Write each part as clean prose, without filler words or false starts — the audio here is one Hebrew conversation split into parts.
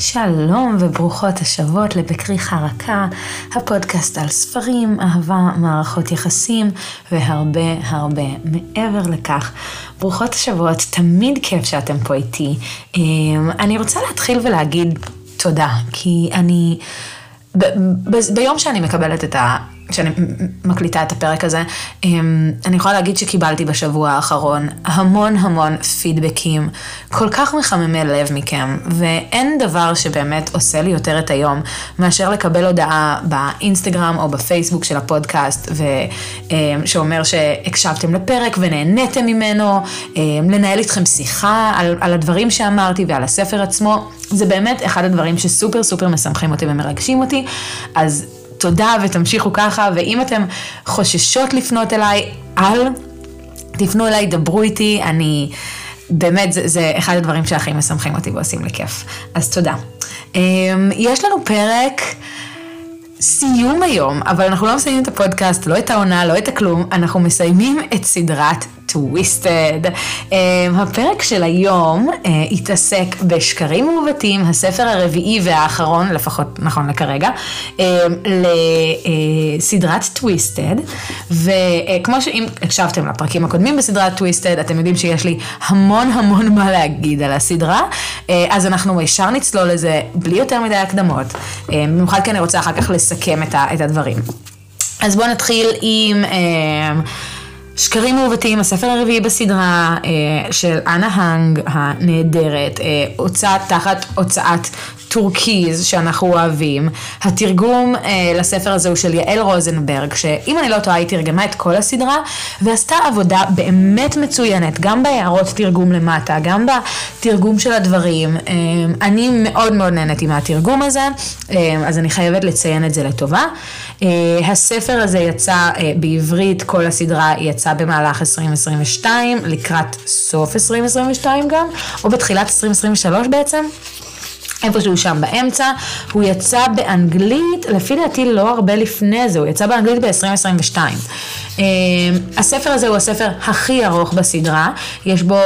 שלום וברוכות השבות לבקרי חרקה, הפודקאסט על ספרים, אהבה, מערכות יחסים והרבה הרבה מעבר לכך. ברוכות השבות, תמיד כיף שאתם פה איתי. אני רוצה להתחיל ולהגיד תודה, כי ביום שאני מקבלת כשאני מקליטה את הפרק הזה, אני יכולה להגיד שקיבלתי בשבוע האחרון המון פידבקים, כל כך מחממי לב מכם, ואין דבר שבאמת עושה לי יותר את היום, מאשר לקבל הודעה באינסטגרם או בפייסבוק של הפודקאסט, שאומר שהקשבתם לפרק ונהניתם ממנו, לנהל איתכם שיחה על הדברים שאמרתי ועל הספר עצמו. זה באמת אחד הדברים שסופר משמחים אותי ומרגשים אותי, אז תודה ותמשיכו ככה, ואם אתם חוששות לפנות אליי, תפנו אליי, דברו איתי, באמת זה אחד הדברים שהכי משמחים אותי ועושים לי כיף. אז תודה. יש לנו פרק סיום היום, אבל אנחנו לא מסיימים את הפודקאסט, לא את העונה, לא את הכלום, אנחנו מסיימים את סדרת טוויסטד. הפרק של היום יתעסק בשקרים מעוותים, הספר הרביעי והאחרון, לפחות נכון לכרגע, לסדרת טוויסטד, וכמו שאם הקשבתם לפרקים הקודמים בסדרת טוויסטד, אתם יודעים שיש לי המון מה להגיד על הסדרה, אז אנחנו ישר נצלול לזה בלי יותר מדי הקדמות, במיוחד כי אני רוצה אחר כך לסכם את הדברים. אז בואו נתחיל עם שקרים מעוותים, הספר הרביעי בסדרה של אנה האנג הנהדרת, הוצאת תחת הוצאת טורקיז שאנחנו אוהבים. התרגום לספר הזה הוא של יעל רוזנברג, שאם אני לא טועה היא תרגמה את כל הסדרה, ועשתה עבודה באמת מצוינת, גם בהערות תרגום למטה, גם בתרגום של הדברים. אני מאוד נהניתי מהתרגום הזה, אז אני חייבת לציין את זה לטובה. הספר הזה יצא בעברית, כל הסדרה יצא במהלך 2022, לקראת סוף 2022 גם, או בתחילת 2023 בעצם. איפשהו שם באמצע, הוא יצא באנגלית, לפי דעתי לא הרבה לפני זה, הוא יצא באנגלית ב-2022. הספר הזה הוא הספר הכי ארוך בסדרה, יש בו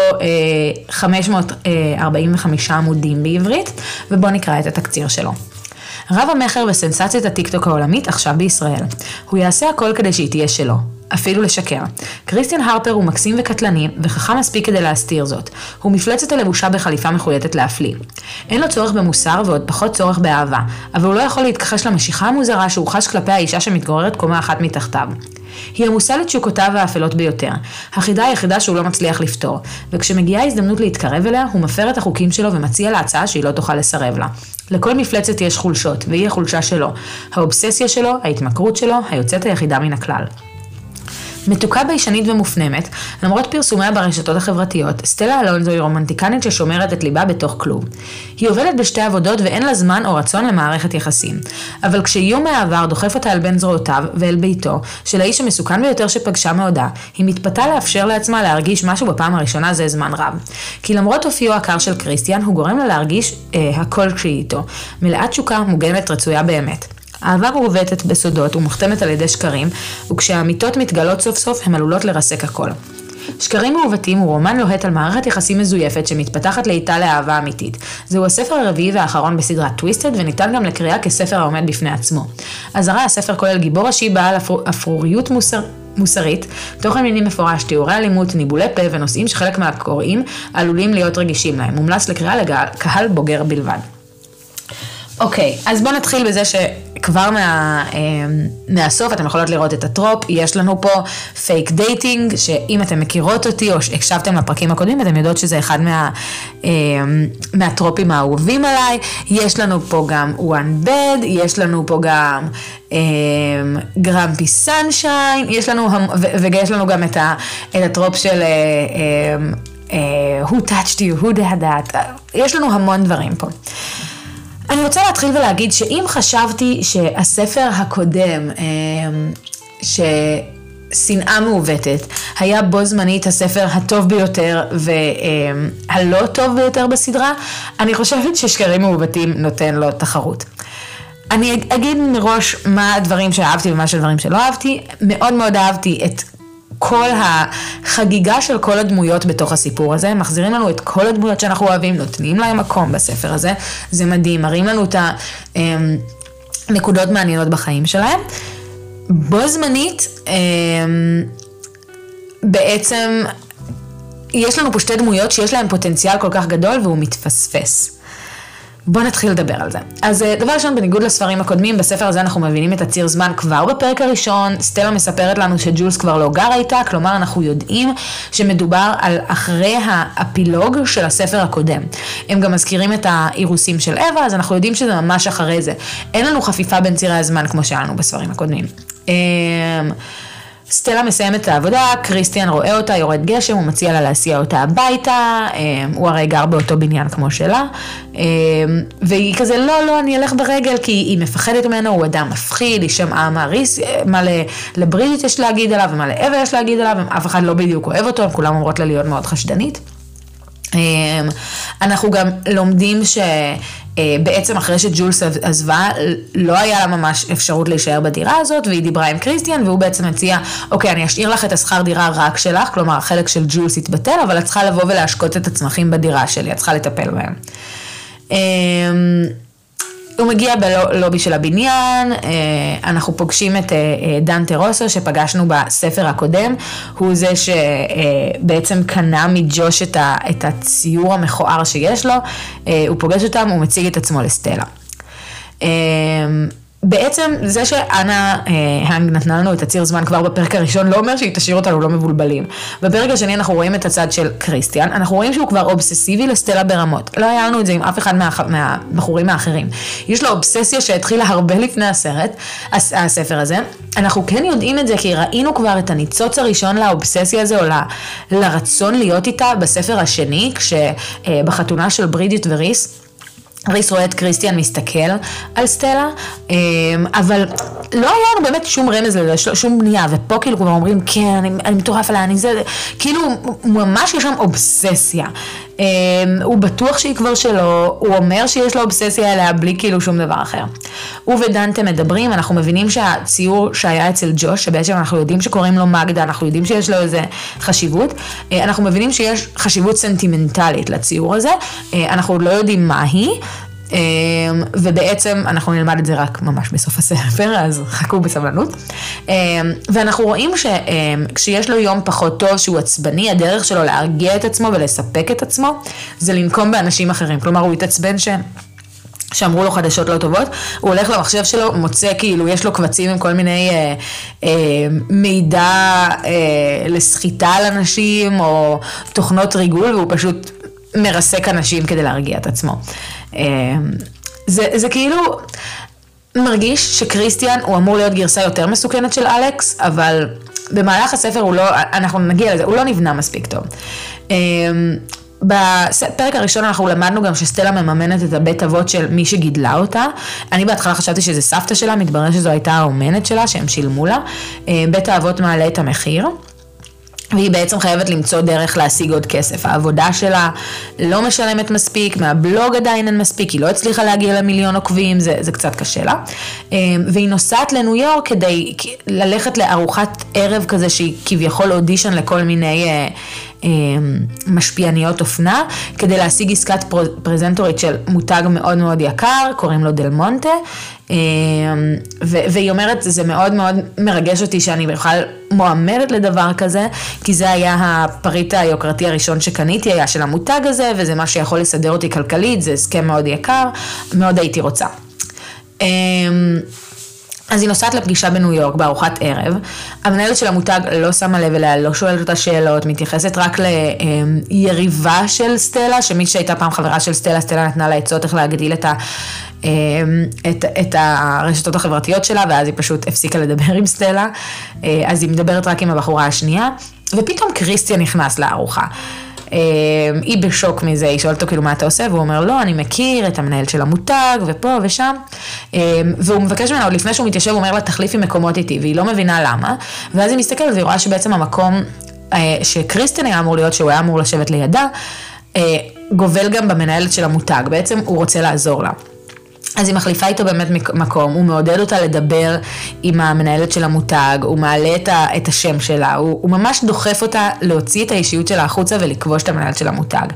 545 עמודים בעברית, ובואו נקרא את התקציר שלו. רב המחר וסנסציית הטיקטוק העולמית עכשיו בישראל. הוא יעשה הכל כדי שהיא תהיה שלו. אפילו לשקר. קריסטיאן הרפר הוא מקסים וקטלני, וחכם מספיק כדי להסתיר זאת. הוא מפלצת הלבושה בחליפה מחויטת להפליא. אין לו צורך במוסר ועוד פחות צורך באהבה, אבל הוא לא יכול להתכחש למשיכה המוזרה שהוא חש כלפי האישה שמתגוררת קומה אחת מתחתיו. היא עמוסה לתשוקותיו האפלות ביותר, החידה היחידה שהוא לא מצליח לפתור, וכשמגיעה הזדמנות להתקרב אליה, הוא מפר את החוקים שלו ומציע לה הצעה שהיא לא תוכל לסרב לה. לכל מפלצת יש חולשות, והיא החולשה שלו, האובססיה שלו, ההתמכרות שלו, היוצאת היחידה מן הכלל. מתוקה ביישנית ומופנמת, למרות פרסומיה ברשתות החברתיות, סטלה אלונזו היא רומנטיקנית ששומרת את ליבה בתוך כלוב. היא עובדת בשתי עבודות ואין לה זמן או רצון למערכת יחסים. אבל כשאיום מהעבר דוחף אותה אל בן זרועותיו ואל ביתו, של האיש המסוכן ביותר שפגשה מעודה, היא מתפתה לאפשר לעצמה להרגיש משהו בפעם הראשונה זה זמן רב. כי למרות אופיו הקר של קריסטיאן, הוא גורם לה להרגיש הכל כשהיא איתו. מלאת תשוקה, מוגנת, רצויה באמת. האהבה מעוותת בסודות ומוכתמת על ידי שקרים, וכשהאמיתות מתגלות סוף סוף הן עלולות לרסק הכל. שקרים מעוותים הוא רומן לוהט על מערכת יחסים מזויפת שמתפתחת לאיתה לאהבה אמיתית. זהו הספר הרביעי והאחרון בסדרת טוויסטד וניתן גם לקריאה כספר העומד בפני עצמו. אזהרה, הספר כולל גיבור ראשי בעל אפרוריות מוסרית, תוכן מיני מפורש, תיאורי אלימות, ניבולי פה ונושאים שחלק מהקוראים עלולים להיות רגישים להם. מומלץ לקריאה לקהל בוגר בלבד. אוקיי, אז בואו נתחיל בזה שכבר מהסוף אתם יכולות לראות את הטרופ. יש לנו פה פייק דייטינג, שאם אתם מכירות אותי או הקשבתם לפרקים הקודמים, אתם יודעות שזה אחד מהטרופים האהובים עליי. יש לנו פה גם one bed, יש לנו פה גם גרמפי סנשיין, ויש לנו גם את הטרופ של who touched you, who did that. יש לנו המון דברים פה. אני רוצה להתחיל ולהגיד שאם חשבתי שהספר הקודם, ששנאה מעוותת, היה בו זמנית הספר הטוב ביותר והלא טוב ביותר בסדרה, אני חושבת ששקרים מעוותים נותן לו תחרות. אני אגיד מראש מה הדברים שאהבתי ומה הדברים שלא אהבתי. מאוד אהבתי את כל החגיגה של כל הדמויות בתוך הסיפור הזה, מחזירים לנו את כל הדמויות שאנחנו אוהבים, נותנים להם מקום בספר הזה, זה מדהים, מראים לנו את הנקודות מעניינות בחיים שלהם. בו זמנית, בעצם יש לנו פה שתי דמויות שיש להם פוטנציאל כל כך גדול והוא מתפספס. בוא נתחיל לדבר על זה. אז דבר ראשון, בניגוד לספרים הקודמים, בספר הזה אנחנו מבינים את הציר זמן כבר בפרק הראשון. סטלה מספרת לנו שג'ולס כבר לא גרה איתה, כלומר אנחנו יודעים שמדובר על אחרי האפילוג של הספר הקודם. הם גם מזכירים את האירוסים של אווה, אז אנחנו יודעים שזה ממש אחרי זה. אין לנו חפיפה בין צירי הזמן כמו שהיה לנו בספרים הקודמים. סטלה מסיימת את העבודה, קריסטיאן רואה אותה, יורד גשם, הוא מציע לה להסיע אותה הביתה, הוא הרי גר באותו בניין כמו שלה, והיא כזה, לא, אני אלך ברגל, כי היא מפחדת ממנו, הוא אדם מפחיד, היא שמעה מה לברידית יש להגיד עליו, ומה לאווה יש להגיד עליו, אף אחד לא בדיוק אוהב אותו, הם כולם אומרות לה להיות מאוד חשדנית. אנחנו גם לומדים בעצם אחרי שג'ולס עזבה, לא היה לה ממש אפשרות להישאר בדירה הזאת, והיא דיברה עם קריסטיאן, והוא בעצם הציע, אוקיי, אני אשאיר לך את השכר דירה רק שלך, כלומר, החלק של ג'ולס יתבטל, אבל את צריכה לבוא ולהשקות את הצמחים בדירה שלי, את צריכה לטפל בהם. הוא מגיע בלובי של הבניין, אנחנו פוגשים את דנטה רוסו שפגשנו בספר הקודם, הוא זה שבעצם קנה מג'וש את הציור המכוער שיש לו, הוא פוגש אותם, הוא מציג את עצמו לסטלה. בעצם זה שאנה הנג נתנה לנו את הציר זמן כבר בפרק הראשון, לא אומר שהיא תשאיר אותנו לא מבולבלים. בפרק השני אנחנו רואים את הצד של קריסטיאן, אנחנו רואים שהוא כבר אובססיבי לסטלה ברמות. לא היה לנו את זה עם אף אחד מהבחורים האחרים. יש לו אובססיה שהתחילה הרבה לפני הספר הזה. אנחנו כן יודעים את זה כי ראינו כבר את הניצוץ הראשון לאובססיה הזה, או לרצון להיות איתה בספר השני, כשבחתונה של ברידית וריס, ריס רואה את קריסטיאן מסתכל על סטלה, אבל לא היה לנו באמת שום רמז לזה, שום בנייה, ופה כאילו כבר אומרים, כן, אני מטורף עליה, אני זה, כאילו ממש יש שם אובססיה. הוא בטוח שהיא כבר שלו, הוא אומר שיש לו אובססיה אליה בלי כאילו שום דבר אחר. הוא ודנטה מדברים, אנחנו מבינים שהציור שהיה אצל ג'וש, שבעצם אנחנו יודעים שקוראים לו מגדה, אנחנו יודעים שיש לו איזה חשיבות, אנחנו מבינים שיש חשיבות סנטימנטלית לציור הזה, אנחנו עוד לא יודעים מה היא, ובעצם אנחנו נלמד את זה רק ממש בסוף הספר, אז חכו בסבלנות. ואנחנו רואים שכשיש לו יום פחות טוב, שהוא עצבני, הדרך שלו להרגיע את עצמו ולספק את עצמו, זה לנקום באנשים אחרים. כלומר, הוא התעצבן שאמרו לו חדשות לא טובות, הוא הולך למחשב שלו, מוצא כאילו, יש לו קבצים עם כל מיני מידע לסחיטה על אנשים, או תוכנות ריגול, והוא פשוט מרסק אנשים כדי להרגיע את עצמו. זה כאילו מרגיש שקריסטיאן הוא אמור להיות גרסה יותר מסוכנת של אלכס, אבל במהלך הספר הוא לא, אנחנו נגיע לזה, הוא לא נבנה מספיק טוב. בפרק הראשון אנחנו למדנו גם שסטלה מממנת את הבית אבות של מי שגידלה אותה. אני בהתחלה חשבתי שזה סבתא שלה, מתברר שזו הייתה האומנת שלה, שהם שילמו לה. בית האבות מעלה את המחיר. והיא בעצם חייבת למצוא דרך להשיג עוד כסף. העבודה שלה לא משלמת מספיק, מהבלוג עדיין אין מספיק, היא לא הצליחה להגיע ל1,000,000 עוקבים, זה קצת קשה לה. והיא נוסעת לניו יורק כדי ללכת לארוחת ערב כזה, שהיא כביכול אודישן לכל מיני משפיעניות אופנה, כדי להשיג עסקת פרזנטורית של מותג מאוד מאוד יקר, קוראים לו דל מונטה, והיא אומרת, זה מאוד מאוד מרגש אותי שאני בכלל מועמדת לדבר כזה, כי זה היה הפריט היוקרתי הראשון שקניתי, היה של המותג הזה, וזה מה שיכול לסדר אותי כלכלית, זה הסכם מאוד יקר, מאוד הייתי רוצה. אז היא נוסעת לפגישה בניו יורק בארוחת ערב, המנהלת של המותג לא שמה לב אליה, לא שואלת אותה שאלות, מתייחסת רק ליריבה של סטלה, שמי שהייתה פעם חברה של סטלה, סטלה נתנה לה עצות איך להגדיל את הרשתות החברתיות שלה, ואז היא פשוט הפסיקה לדבר עם סטלה, אז היא מדברת רק עם הבחורה השנייה, ופתאום קריסטיאן נכנס לארוחה. היא בשוק מזה, היא שואלת אותו כאילו מה אתה עושה, והוא אומר לא, אני מכיר את המנהל של המותג ופה ושם, והוא מבקש ממנה עוד לפני שהוא מתיישב, הוא אומר לה תחליפי מקומות איתי, והיא לא מבינה למה, ואז היא מסתכלת והיא רואה שבעצם המקום שקריסטיאן היה אמור להיות, שהוא היה אמור לשבת לידה, גובל גם במנהלת של המותג, בעצם הוא רוצה לעזור לה. אז היא מחליפה איתו באמת מקום, הוא מעודד אותה לדבר עם המנהלת של המותג, הוא מעלה את השם שלה, הוא ממש דוחף אותה להוציא את האישיות שלה החוצה ולכבוש את המנהלת של המותג.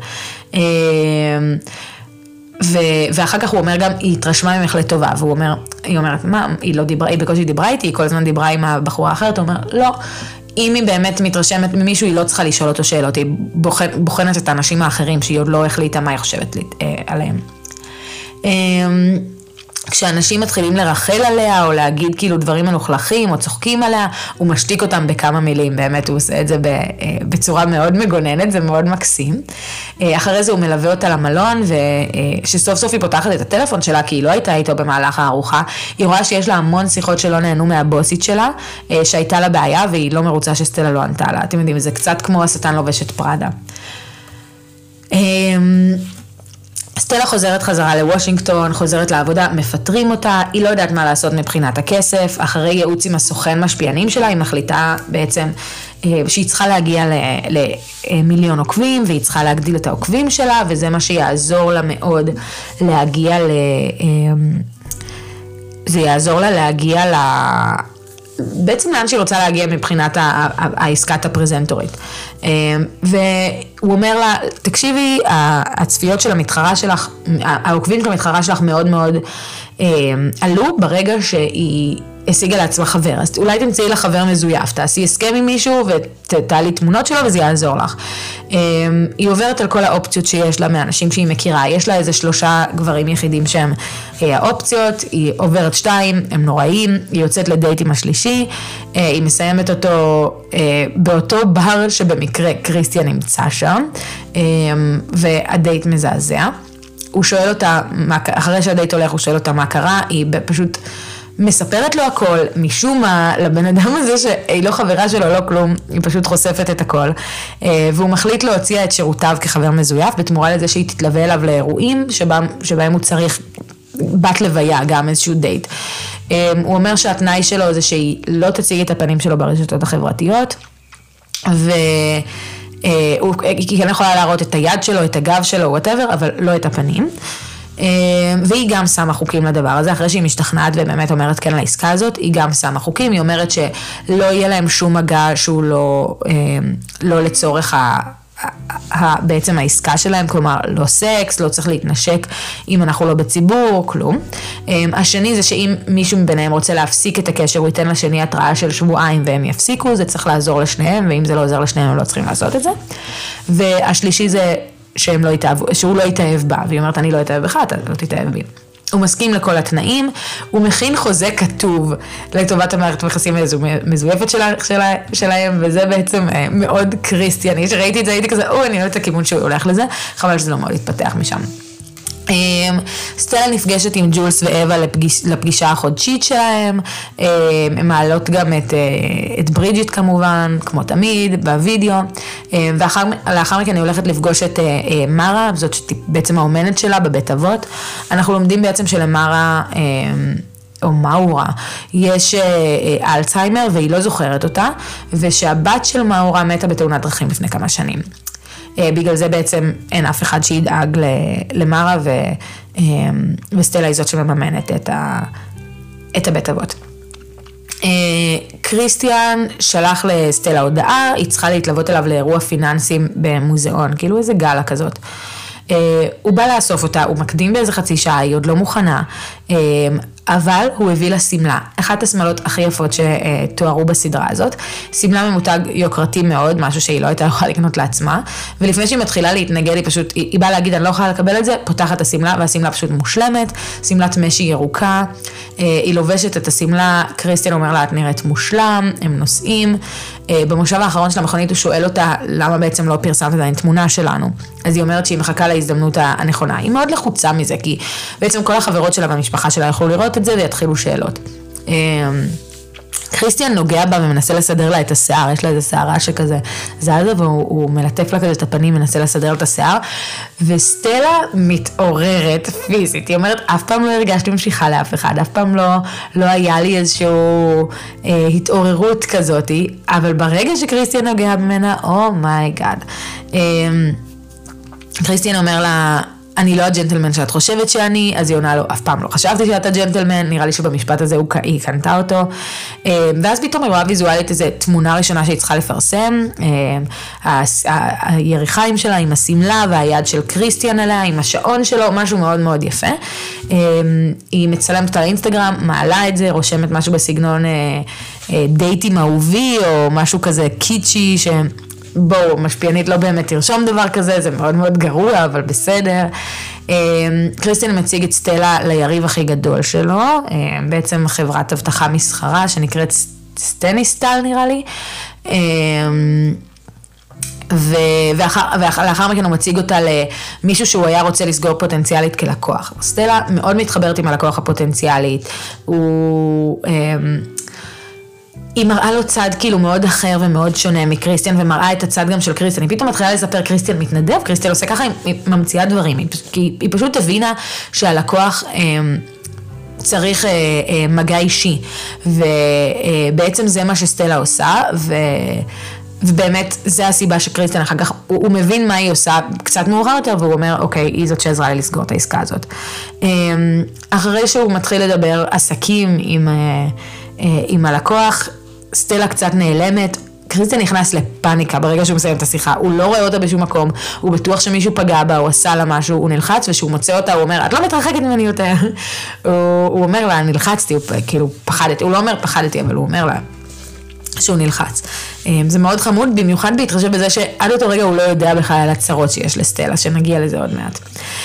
ואחר כך הוא אומר גם, היא התרשמה ממך לטובה, היא אומרת, מה, היא לא דיברה, היא בקושי דיברה איתי, היא כל הזמן דיברה עם הבחורה האחרת, הוא אומר, לא, אם היא באמת מתרשמת ממישהו, היא לא צריכה לשאול אותו שאלות, היא בוחנת את האנשים האחרים, שהיא עוד לא החליטה מה היא חושבת עליהם. כשאנשים מתחילים לרחל עליה, או להגיד כאילו דברים מלוכלכים, או צוחקים עליה, הוא משתיק אותם בכמה מילים, באמת הוא עושה את זה בצורה מאוד מגוננת, זה מאוד מקסים. אחרי זה הוא מלווה אותה למלון, ושסוף סוף היא פותחת את הטלפון שלה, כי היא לא הייתה איתו במהלך הארוחה, היא רואה שיש לה המון שיחות שלא נהנו מהבוסית שלה, שהייתה לה בעיה, והיא לא מרוצה שסטלה לא ענתה לה. אתם יודעים, זה קצת כמו השטן לובש את פראדה. סטלה חוזרת חזרה לוושינגטון, חוזרת לעבודה, מפטרים אותה, היא לא יודעת מה לעשות מבחינת הכסף, אחרי ייעוץ עם הסוכן משפיענים שלה, היא מחליטה בעצם שהיא צריכה להגיע למיליון עוקבים, והיא צריכה להגדיל את העוקבים שלה, וזה מה שיעזור לה מאוד להגיע זה יעזור לה להגיע בעצם לאן שהיא רוצה להגיע מבחינת העסקת הפרזנטורית. והוא אומר לה, תקשיבי, הצפיות של המתחרה שלך, העוקבים של המתחרה שלך מאוד מאוד עלו ברגע שהיא השיגה לעצמה חבר. אז אולי תמצאי לה חבר מזויף, תעשי הסכם עם מישהו ותעלי תמונות שלו וזה יעזור לך. היא עוברת על כל האופציות שיש לה מאנשים שהיא מכירה, יש לה איזה 3 גברים יחידים שהם האופציות, היא עוברת 2, הם נוראים, היא יוצאת לדייט עם השלישי, היא מסיימת אותו באותו בר שבמקרה קריסטיאן נמצא שם, והדייט מזעזע. הוא שואל אותה, אחרי שהדייט הולך, הוא שואל אותה מה קרה, היא פשוט מספרת לו הכל, משום מה, לבן אדם הזה שהיא לא חברה שלו, לא כלום, היא פשוט חושפת את הכל, והוא מחליט להוציא את שירותיו כחבר מזויף, בתמורה לזה שהיא תתלווה אליו לאירועים, שבהם הוא צריך בת לוויה, גם איזשהו דייט. הוא אומר שהתנאי שלו זה שהיא לא תציג את הפנים שלו ברשתות החברתיות, היא כן יכולה להראות את היד שלו, את הגב שלו, whatever, אבל לא את הפנים. והיא גם שמה חוקים לדבר הזה, אחרי שהיא משתכנעת ובאמת אומרת כן לעסקה הזאת, היא גם שמה חוקים, היא אומרת שלא יהיה להם שום מגע שהוא לא לצורך בעצם העסקה שלהם, כלומר לא סקס, לא צריך להתנשק אם אנחנו לא בציבור, כלום. השני זה שאם מישהו מביניהם רוצה להפסיק את הקשר, הוא ייתן לשני התראה של שבועיים והם יפסיקו, זה צריך לעזור לשניהם, ואם זה לא עוזר לשניהם הם לא צריכים לעשות את זה. והשלישי זה שהוא לא יתאהב בה, והיא אומרת אני לא אתאהב בך, אתה לא תתאהב בי. הוא מסכים לכל התנאים, הוא מכין חוזה כתוב לטובת המערכת מכסים מזויפת שלהם, וזה בעצם מאוד קריסטיאני, שראיתי את זה, הייתי כזה, אני לא יודעת את הכיוון שהוא הולך לזה, חבל שזה לא מאוד התפתח משם. סטלה נפגשת עם ג'ולס ואווה לפגישה החודשית שלהם, הם מעלות גם את ברידג'יט כמובן, כמו תמיד, בווידאו, ולאחר מכן אני הולכת לפגוש את מרה, זאת בעצם האומנת שלה בבית אבות. אנחנו לומדים בעצם שלמרה, או מאורה, יש אלצהיימר והיא לא זוכרת אותה, ושהבת של מאורה מתה בתאונת דרכים לפני כמה שנים. בגלל זה בעצם אין אף אחד שידאג למרה, וסטלה היא זאת שמממנת את הבית אבות. קריסטיאן שלח לסטלה הודעה, היא צריכה להתלוות אליו לאירוע פיננסים במוזיאון, כאילו איזה גלה כזאת. הוא בא לאסוף אותה, הוא מקדים באיזה חצי שעה, היא עוד לא מוכנה, אבל הוא הביא לה סמלה, אחת הסמלות הכי יפות שתוארו בסדרה הזאת, סמלה ממותג יוקרתי מאוד, משהו שהיא לא הייתה יכולה לקנות לעצמה, ולפני שהיא מתחילה להתנגד, היא באה להגיד, אני לא יכולה לקבל את זה, פותחת את הסמלה, והסמלה פשוט מושלמת, סמלת משי ירוקה, היא לובשת את הסמלה, קריסטיאן אומר לה, את נראית מושלם, הם נוסעים, במושב האחרון של המכונית הוא שואל אותה, למה בעצם לא פרסמת עדיין תמונה שלנו, אז היא אומרת שהיא מחכה להזדמנות הנכונה, היא מאוד לחוצה מזה, כי בעצם כל החברות שלה והמשפחה שלה יכולו לראות את זה ויתחילו שאלות. קריסטיאן נוגע בה ומנסה לסדר לה את השיער, יש לה איזה שערה שכזה זזה, והוא מלטף לה כזה את הפנים, מנסה לסדר את השיער, וסטלה מתעוררת פיזית, היא אומרת, אף פעם לא הרגשתי משיכה לאף אחד, אף פעם לא היה לי איזשהו התעוררות כזאת, אבל ברגע שקריסטיאן נוגע ממנה, אומייגאד. קריסטיאן אומר לה, אני לא הג'נטלמן שאת חושבת שאני, אז היא עונה לו, אף פעם לא חשבתי שאתה ג'נטלמן, נראה לי שבמשפט הזה היא קנתה אותו, ואז פתאום היא רואה ויזואלית איזו תמונה ראשונה שהיא צריכה לפרסם, היריחיים שלה עם הסמלה והיד של קריסטיאן עליה, עם השעון שלו, משהו מאוד מאוד יפה, היא מצלמת על האינסטגרם, מעלה את זה, רושמת משהו בסגנון דייטים אהובי, או משהו כזה קיצ'י, בואו, משפיענית לא באמת תרשום דבר כזה, זה מאוד מאוד גרוע, אבל בסדר. קריסטיאן מציג את סטלה ליריב הכי גדול שלו, בעצם חברת הבטחה מסחרה, שנקראת סטניסטל נראה לי, ולאחר מכן הוא מציג אותה למישהו שהוא היה רוצה לסגור פוטנציאלית כלקוח. סטלה מאוד מתחברת עם הלקוח הפוטנציאלית, היא מראה לו צד כאילו מאוד אחר ומאוד שונה מקריסטיאן, ומראה את הצד גם של קריסטיאן. היא פתאום מתחילה לספר, קריסטיאן מתנדב, קריסטיאן עושה ככה, היא ממציאה דברים, היא פשוט הבינה שהלקוח צריך מגע אישי, ובעצם זה מה שסטלה עושה, ובאמת זה הסיבה שקריסטיאן אחר כך, הוא מבין מה היא עושה קצת מאוחר יותר, והוא אומר, אוקיי, היא זאת שעזרה לי לסגור את העסקה הזאת. אחרי שהוא מתחיל לדבר עסקים עם הלקוח, סטלה קצת נעלמת, קריסטיאן נכנס לפאניקה ברגע שהוא מסיים את השיחה, הוא לא רואה אותה בשום מקום, הוא בטוח שמישהו פגע בה, הוא עשה לה משהו, הוא נלחץ, ושהוא מוצא אותה, הוא אומר, את לא מתרחקת ממני יותר. הוא אומר לה, נלחצתי, כאילו פחדתי, הוא לא אומר פחדתי, אבל הוא אומר לה שהוא נלחץ. זה מאוד חמוד, במיוחד בהתחשב בזה שעד אותו רגע הוא לא יודע בכלל על הצרות שיש לסטלה, שנגיע לזה עוד מעט.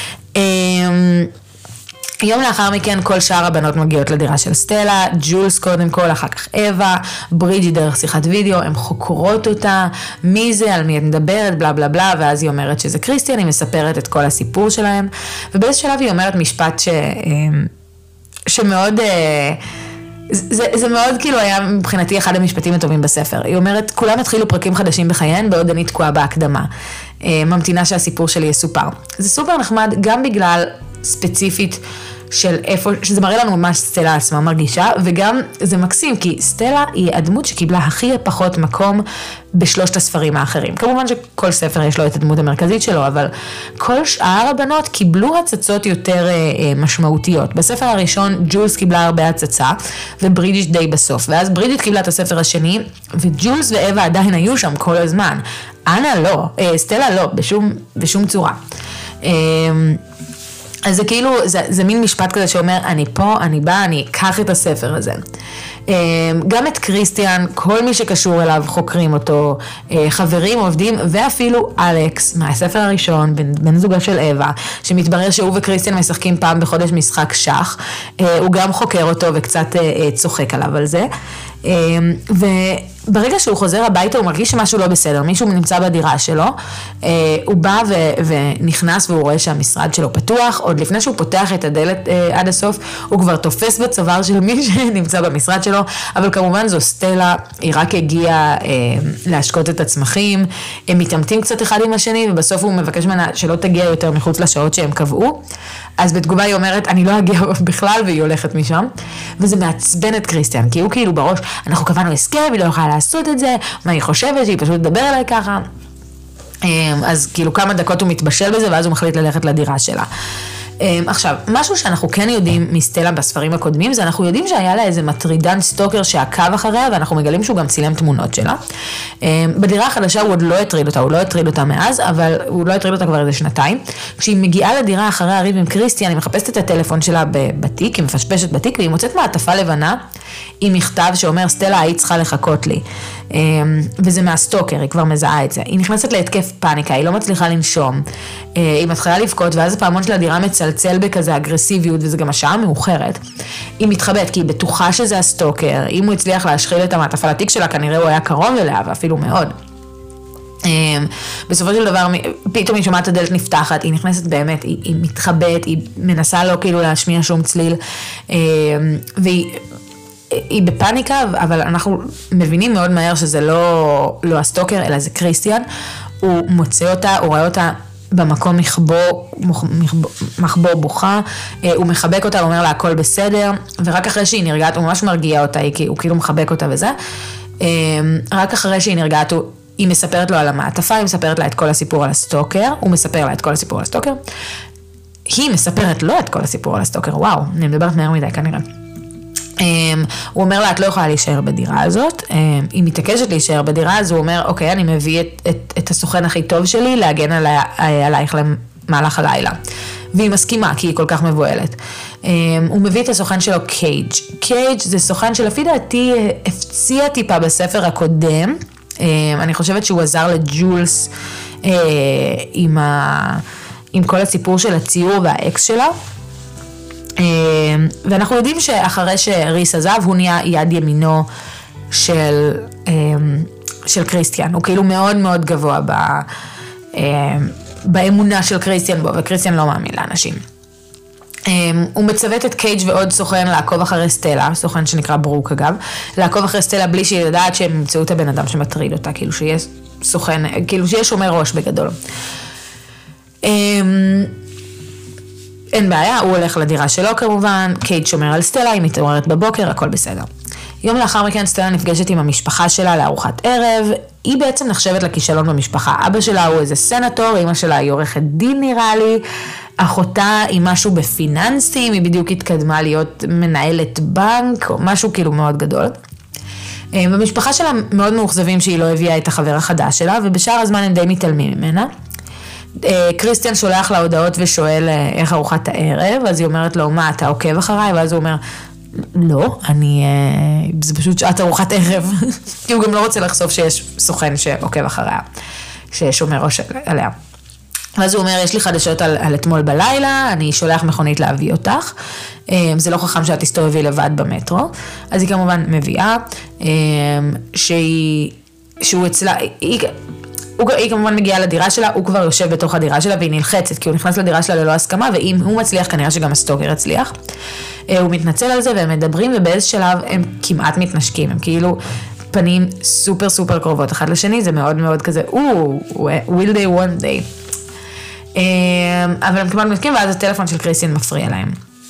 יום לאחר מכן כל שאר הבנות מגיעות לדירה של סטלה, ג'ולס קודם כל, אחר כך אווה, בריג'י דרך שיחת וידאו, הן חוקרות אותה, מי זה, על מי את מדברת, בלה בלה בלה, ואז היא אומרת שזה קריסטיאן, היא מספרת את כל הסיפור שלהם, ובאיזה שלב היא אומרת משפט שמאוד, זה מאוד כאילו היה מבחינתי אחד המשפטים הטובים בספר, היא אומרת, כולם התחילו פרקים חדשים בחייהן, בעוד אני תקועה בהקדמה, ממתינה שהסיפור שלי יסופר. זה סופר נחמד גם בגלל ספציפית של איפה, שזה מראה לנו מה סטלה עצמה מרגישה, וגם זה מקסים, כי סטלה היא הדמות שקיבלה הכי פחות מקום בשלושת הספרים האחרים. כמובן שכל ספר יש לו את הדמות המרכזית שלו, אבל כל שאר הבנות קיבלו הצצות יותר משמעותיות. בספר הראשון ג'ולס קיבלה הרבה הצצה, ובריג'יט די בסוף. ואז בריג'יט קיבלה את הספר השני, וג'ולס ואווה עדיין היו שם כל הזמן. אנה לא, סטלה לא, בשום צורה. אז זה כאילו, זה מין משפט כזה שאומר, אני פה, אני בא, אני אקח את הספר הזה. גם את קריסטיאן, כל מי שקשור אליו חוקרים אותו, חברים, עובדים, ואפילו אלכס, מהספר הראשון, בן זוגה של אווה, שמתברר שהוא וקריסטיאן משחקים פעם בחודש משחק שח, הוא גם חוקר אותו וקצת צוחק עליו על זה. וברגע שהוא חוזר הביתה הוא מרגיש שמשהו לא בסדר, מישהו נמצא בדירה שלו, הוא בא ונכנס והוא רואה שהמשרד שלו פתוח, עוד לפני שהוא פותח את הדלת עד הסוף, הוא כבר תופס בצוואר של מי שנמצא במשרד שלו, אבל כמובן זו סטלה, היא רק הגיעה להשקות את הצמחים, הם מתעמתים קצת אחד עם השני, ובסוף הוא מבקש ממנה שלא תגיע יותר מחוץ לשעות שהם קבעו, אז בתגובה היא אומרת, אני לא אגיע בכלל, והיא הולכת משם, וזה מעצבן את קריסטיאן, כי הוא כאילו בראש, אנחנו קבענו הסכם, היא לא יכולה לעשות את זה, מה היא חושבת, שהיא פשוט תדבר אליי ככה, אז כאילו כמה דקות הוא מתבשל בזה, ואז הוא מחליט ללכת לדירה שלה. עכשיו, משהו שאנחנו כן יודעים מסטלה בספרים הקודמים, זה אנחנו יודעים שהיה לה איזה מטרידן סטוקר שעקב אחריה, ואנחנו מגלים שהוא גם צילם תמונות שלה. בדירה החדשה הוא עוד לא הטריד אותה, הוא לא הטריד אותה מאז, אבל הוא לא הטריד אותה כבר איזה שנתיים. כשהיא מגיעה לדירה אחרי הריב עם קריסטיאן, היא מחפשת את הטלפון שלה בתיק, היא מפשפשת בתיק, והיא מוצאת מעטפה לבנה, עם מכתב שאומר, סטלה, היית צריכה לחכות לי. וזה מהסטוקר, היא כבר מזהה את זה. היא נכנסת להתקף פאניקה, היא לא מצליחה לנשום. היא מתחילה לבכות, ואז הפעמון של הדירה מצלצל בכזה אגרסיביות, וזה גם השעה מאוחרת. היא מתחבאת, כי היא בטוחה שזה הסטוקר. אם הוא הצליח להשחיל את המעטפה לתיק שלה, כנראה הוא היה קרוב אליה, ואפילו מאוד. בסופו של דבר, פתאום היא שומעת הדלת נפתחת, היא נכנסת באמת, היא מתחבאת, היא מנסה לא כאילו להשמיע שום צליל, היא בפאניקה, אבל אנחנו מבינים מאוד מהר שזה לא הסטוקר, אלא זה קריסטיאן. הוא מוצא אותה, הוא רואה אותה במקום מחבוא בוכה, הוא מחבק אותה, הוא אומר לה הכל בסדר, ורק אחרי שהיא נרגעת, הוא ממש מרגיע אותה, הוא כאילו מחבק אותה וזה, רק אחרי שהיא נרגעת, היא מספרת לו על המעטפה, היא מספרת לה את כל הסיפור על הסטוקר, הוא מספר לה את כל הסיפור על הסטוקר, היא מספרת לו את כל הסיפור על הסטוקר, וואו, אני מדברת מהר מדי כנראה. הוא אומר לה, את לא יכולה להישאר בדירה הזאת, היא מתעקשת להישאר בדירה, אז הוא אומר, אוקיי, אני מביא את הסוכן הכי טוב שלי, להגן עלייך למהלך הלילה. והיא מסכימה, כי היא כל כך מבועלת. הוא מביא את הסוכן שלו, קייג'. קייג' זה סוכן שלפי דעתי הפציע טיפה בספר הקודם, אני חושבת שהוא עזר לג'ולס עם כל הסיפור של הציור והאקס שלה, ואנחנו יודעים שאחרי שריס עזב, הוא נהיה יד ימינו של קריסטיאן, הוא כאילו מאוד מאוד גבוה באמונה של קריסטיאן בו, וקריסטיאן לא מאמין לאנשים. הוא מצוות את קייג' ועוד סוכן לעקוב אחרי סטלה, סוכן שנקרא ברוק אגב, לעקוב אחרי סטלה בלי שהיא יודעת שהם ימצאו את הבן אדם שמטריד אותה, כאילו שיש סוכן, כאילו שיש שומר ראש בגדול. אין בעיה, הוא הולך לדירה שלו כמובן, קייג' שומר על סטלה, היא מתעוררת בבוקר, הכל בסדר. יום לאחר מכן סטלה נפגשת עם המשפחה שלה לארוחת ערב, היא בעצם נחשבת לכישלון במשפחה, אבא שלה הוא איזה סנטור, אמא שלה היא עורכת דין נראה לי, אחותה היא משהו בפיננסים, היא בדיוק התקדמה להיות מנהלת בנק, או משהו כאילו מאוד גדול. במשפחה שלה מאוד מאוכזבים שהיא לא הביאה את החבר החדש שלה, ובשאר הזמן הם די מתעלמים ממנה. קריסטיאן שולח לה הודעות ושואל איך ארוחת הערב, אז היא אומרת לו, מה, אתה עוקב אחריי? ואז הוא אומר, לא, זה פשוט שעת ארוחת ערב, כי הוא גם לא רוצה לחשוף שיש סוכן שעוקב אחריה, ששומר ראש עליה. ואז הוא אומר, יש לי חדשות על אתמול בלילה, אני שולח מכונית להביא אותך, זה לא חכם שאת תסתובבי לבד במטרו, אז היא כמובן מביאה, שהוא אצלה, היא כמובן מגיעה לדירה שלה, הוא כבר יושב בתוך הדירה שלה והיא נלחצת, כי הוא נכנס לדירה שלה ללא הסכמה, ואם הוא מצליח, כנראה שגם הסטוקר הצליח. הוא מתנצל על זה והם מדברים, ובאיזה שלב הם כמעט מתנשקים, הם כאילו פנים סופר סופר קרובות אחד לשני, זה מאוד מאוד כזה, will they one day. אבל הם כמעט מתנשקים, ואז הטלפון של קריסטיאן מפריע להם.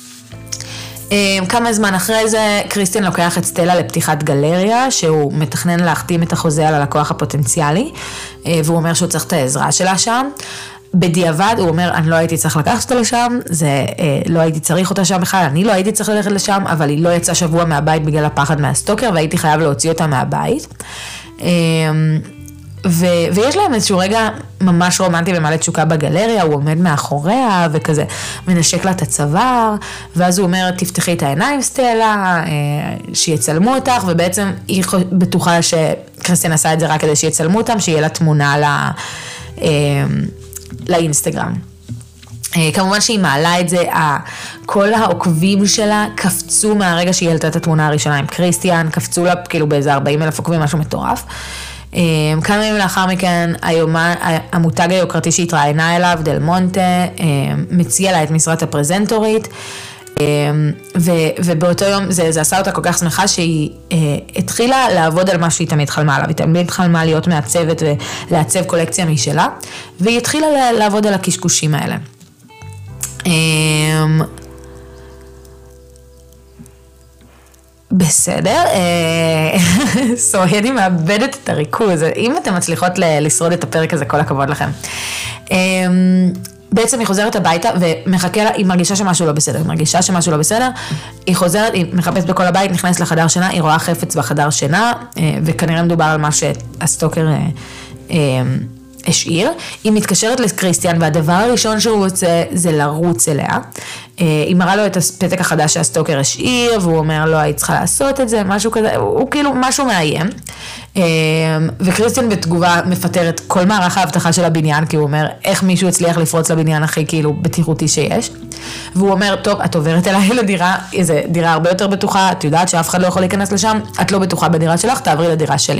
כמה זמן אחרי זה, קריסטיאן לוקח את סטלה לפתיחת גלריה, שהוא מתכנן להחתים את החוזה על הלקוח הפוטנציאלי, והוא אומר שהוא צריך את העזרה שלה שם. בדיעבד, הוא אומר, אני לא הייתי צריך לקחת אותה לשם, לא הייתי צריך אותה שם בכלל, אני לא הייתי צריך ללכת לשם, אבל היא לא יצאה שבוע מהבית בגלל הפחד מהסטוקר, והייתי חייב להוציא אותה מהבית. ויש להם איזשהו רגע ממש רומנטי ומלא תשוקה בגלריה, הוא עומד מאחוריה וכזה מנשק לה את הצוואר, ואז הוא אומר, תפתחי את העיניים סטלה, שיצלמו אותך, ובעצם היא בטוחה שקריסטיאן עשה את זה רק כדי שיצלמו אותם, שיהיה לה תמונה לאינסטגרם. כמובן שהיא מעלה את זה, כל העוקבים שלה קפצו מהרגע שהיא העלתה את התמונה הראשונה עם קריסטיאן, קפצו לה כאילו באיזה 40,000 עוקבים, משהו מטורף. כמה ימים לאחר מכן, המותג היוקרתי שהתראיינה אליו, דל מונטה, מציע לה את משרת הפרזנטורית, ובאותו יום זה עשה אותה כל כך שמחה שהיא התחילה לעבוד על מה שהיא תמיד חלמה עליו, היא תמיד חלמה להיות מעצבת ולעצב קולקציה משלה, והיא התחילה לעבוד על הקשקושים האלה. בסדר, אני מאבדת את הריכוז, אם אתם מצליחות לשרוד את הפרק הזה, כל הכבוד לכם. בעצם היא חוזרת הביתה ומחכה לה, היא מרגישה שמשהו לא בסדר, היא חוזרת, היא מחפשת בכל הבית, נכנסת לחדר שינה, היא רואה חפץ בחדר שינה, וכנראה מדובר על מה שהסטוקר השאיר, היא מתקשרת לקריסטיאן, והדבר הראשון שהוא רוצה זה לרוץ אליה, היא מראה לו את הפתק החדש שהסטוקר השאיר, והוא אומר לו, היית צריכה לעשות את זה, משהו כזה, הוא כאילו משהו מאיים, וקריסטיאן בתגובה מפטר את כל מערך ההבטחה של הבניין, כי הוא אומר, איך מישהו הצליח לפרוץ לבניין הכי כאילו בטיחותי שיש, והוא אומר, טוב, את עוברת אליי לדירה, איזו דירה הרבה יותר בטוחה, את יודעת שאף אחד לא יכול להיכנס לשם, את לא בטוחה בדירה שלך, תעברי לדירה שלי.